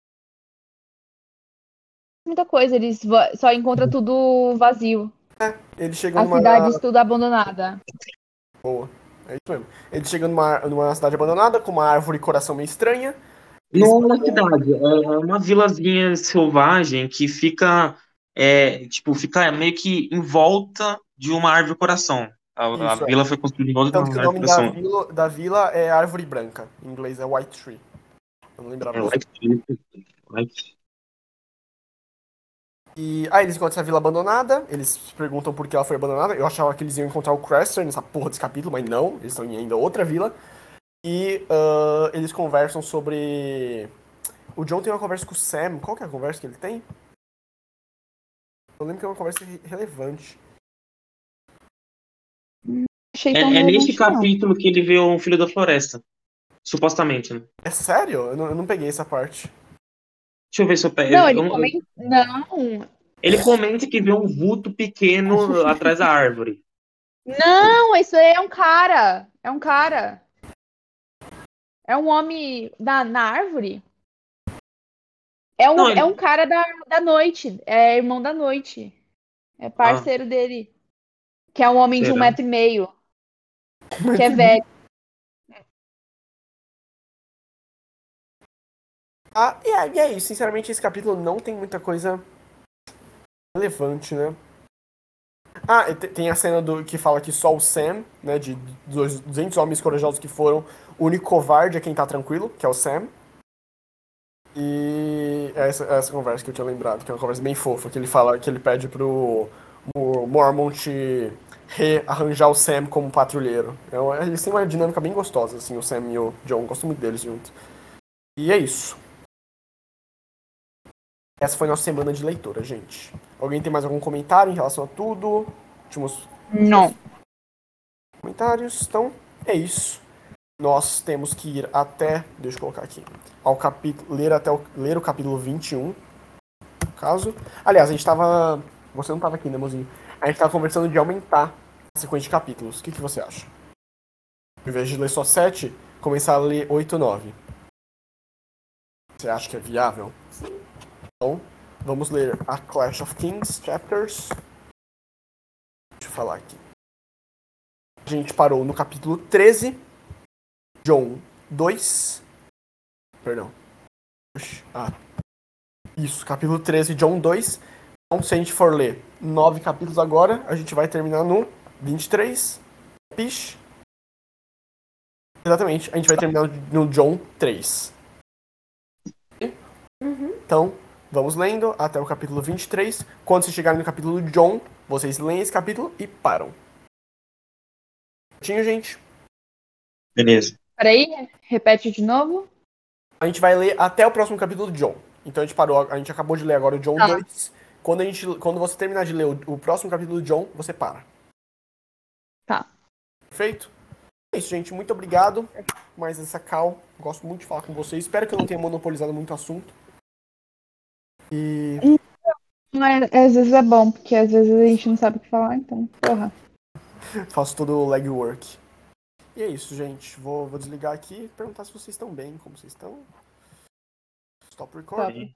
Muita coisa, eles va- só encontram tudo vazio. Eles chegam A numa. cidade tudo abandonada. Boa. É isso mesmo. Eles chegam numa, numa cidade abandonada com uma árvore coração meio estranha. Eles Não é uma cidade, é uma vilazinha selvagem que fica. É, tipo, fica meio que em volta de uma árvore coração. A, a Isso, é. vila foi construída em volta de Tanto que uma o árvore nome da coração. vila, da vila é árvore branca. Em inglês é white tree. Eu não lembrava É, disso. White Cliff, White- E aí eles encontram essa vila abandonada, eles se perguntam por que ela foi abandonada. Eu achava que eles iam encontrar o Craster nessa porra desse capítulo, mas não, eles estão em ainda outra vila. E ah, eles conversam sobre. O John tem uma conversa com o Sam. Qual que é a conversa que ele tem? Eu lembro que é uma conversa re- relevante. Achei É, tão é nesse relevante, não. capítulo que ele vê um filho da floresta. Supostamente, né? É sério? Eu não, eu não peguei essa parte. Deixa eu ver se eu pego. Não, eu- ele eu- comenta. Não. Ele comenta que vê um vulto pequeno atrás da árvore. Não, isso aí é um cara. É um cara. É um homem da, na árvore. É um, Não, é ele... um cara da, da noite. É irmão da noite. É parceiro dele. Que é um homem de um Será? metro e meio. Que é velho. Ah, e é, e é isso. Sinceramente, esse capítulo não tem muita coisa relevante, né? Ah, e te- tem a cena do que fala que só o Sam, né, de dos duzentos homens corajosos que foram, o único covarde é quem tá tranquilo, que é o Sam. E é essa, é essa conversa que eu tinha lembrado, que é uma conversa bem fofa, que ele fala, que ele pede pro o Mormont rearranjar o Sam como patrulheiro. É uma- eles têm uma dinâmica bem gostosa, assim, o Sam e o John. Gosto muito deles juntos. E é isso. Essa foi nossa semana de leitura, gente. Alguém tem mais algum comentário em relação a tudo? Últimos Não. comentários? Então, é isso. Nós temos que ir até, deixa eu colocar aqui, ao capítulo, ler até o, ler o capítulo vinte e um, no caso. Aliás, a gente tava, você não tava aqui, né, mozinho? A gente tava conversando de aumentar a sequência de capítulos. O que, que você acha? Ao invés de ler só sete, começar a ler oito, nove. Você acha que é viável? Então, vamos ler a Clash of Kings Chapters. Deixa eu falar aqui. A gente parou no capítulo treze, John dois. Perdão. Ah, isso, capítulo treze, John dois. Então, se a gente for ler nove capítulos agora, a gente vai terminar no vinte e três. Pish. Exatamente, a gente vai terminar no John três. Uhum. Então, vamos lendo até o capítulo vinte e três. Quando vocês chegarem no capítulo de John, vocês leem esse capítulo e param. Tinha, gente. Beleza. Peraí, repete de novo. A gente vai ler até o próximo capítulo de John. Então a gente parou, a gente acabou de ler agora o John Tá. dois. Quando, a gente, quando você terminar de ler o, o próximo capítulo de John, você para. Tá. Perfeito? É isso, gente. Muito obrigado. Mais essa call. Gosto muito de falar com vocês. Espero que eu não tenha monopolizado muito assunto. E Mas às vezes é bom, porque às vezes a gente não sabe o que falar, então, porra. faço todo o legwork. E é isso, gente. Vou, vou desligar aqui e perguntar se vocês estão bem, como vocês estão. Stop recording. Top.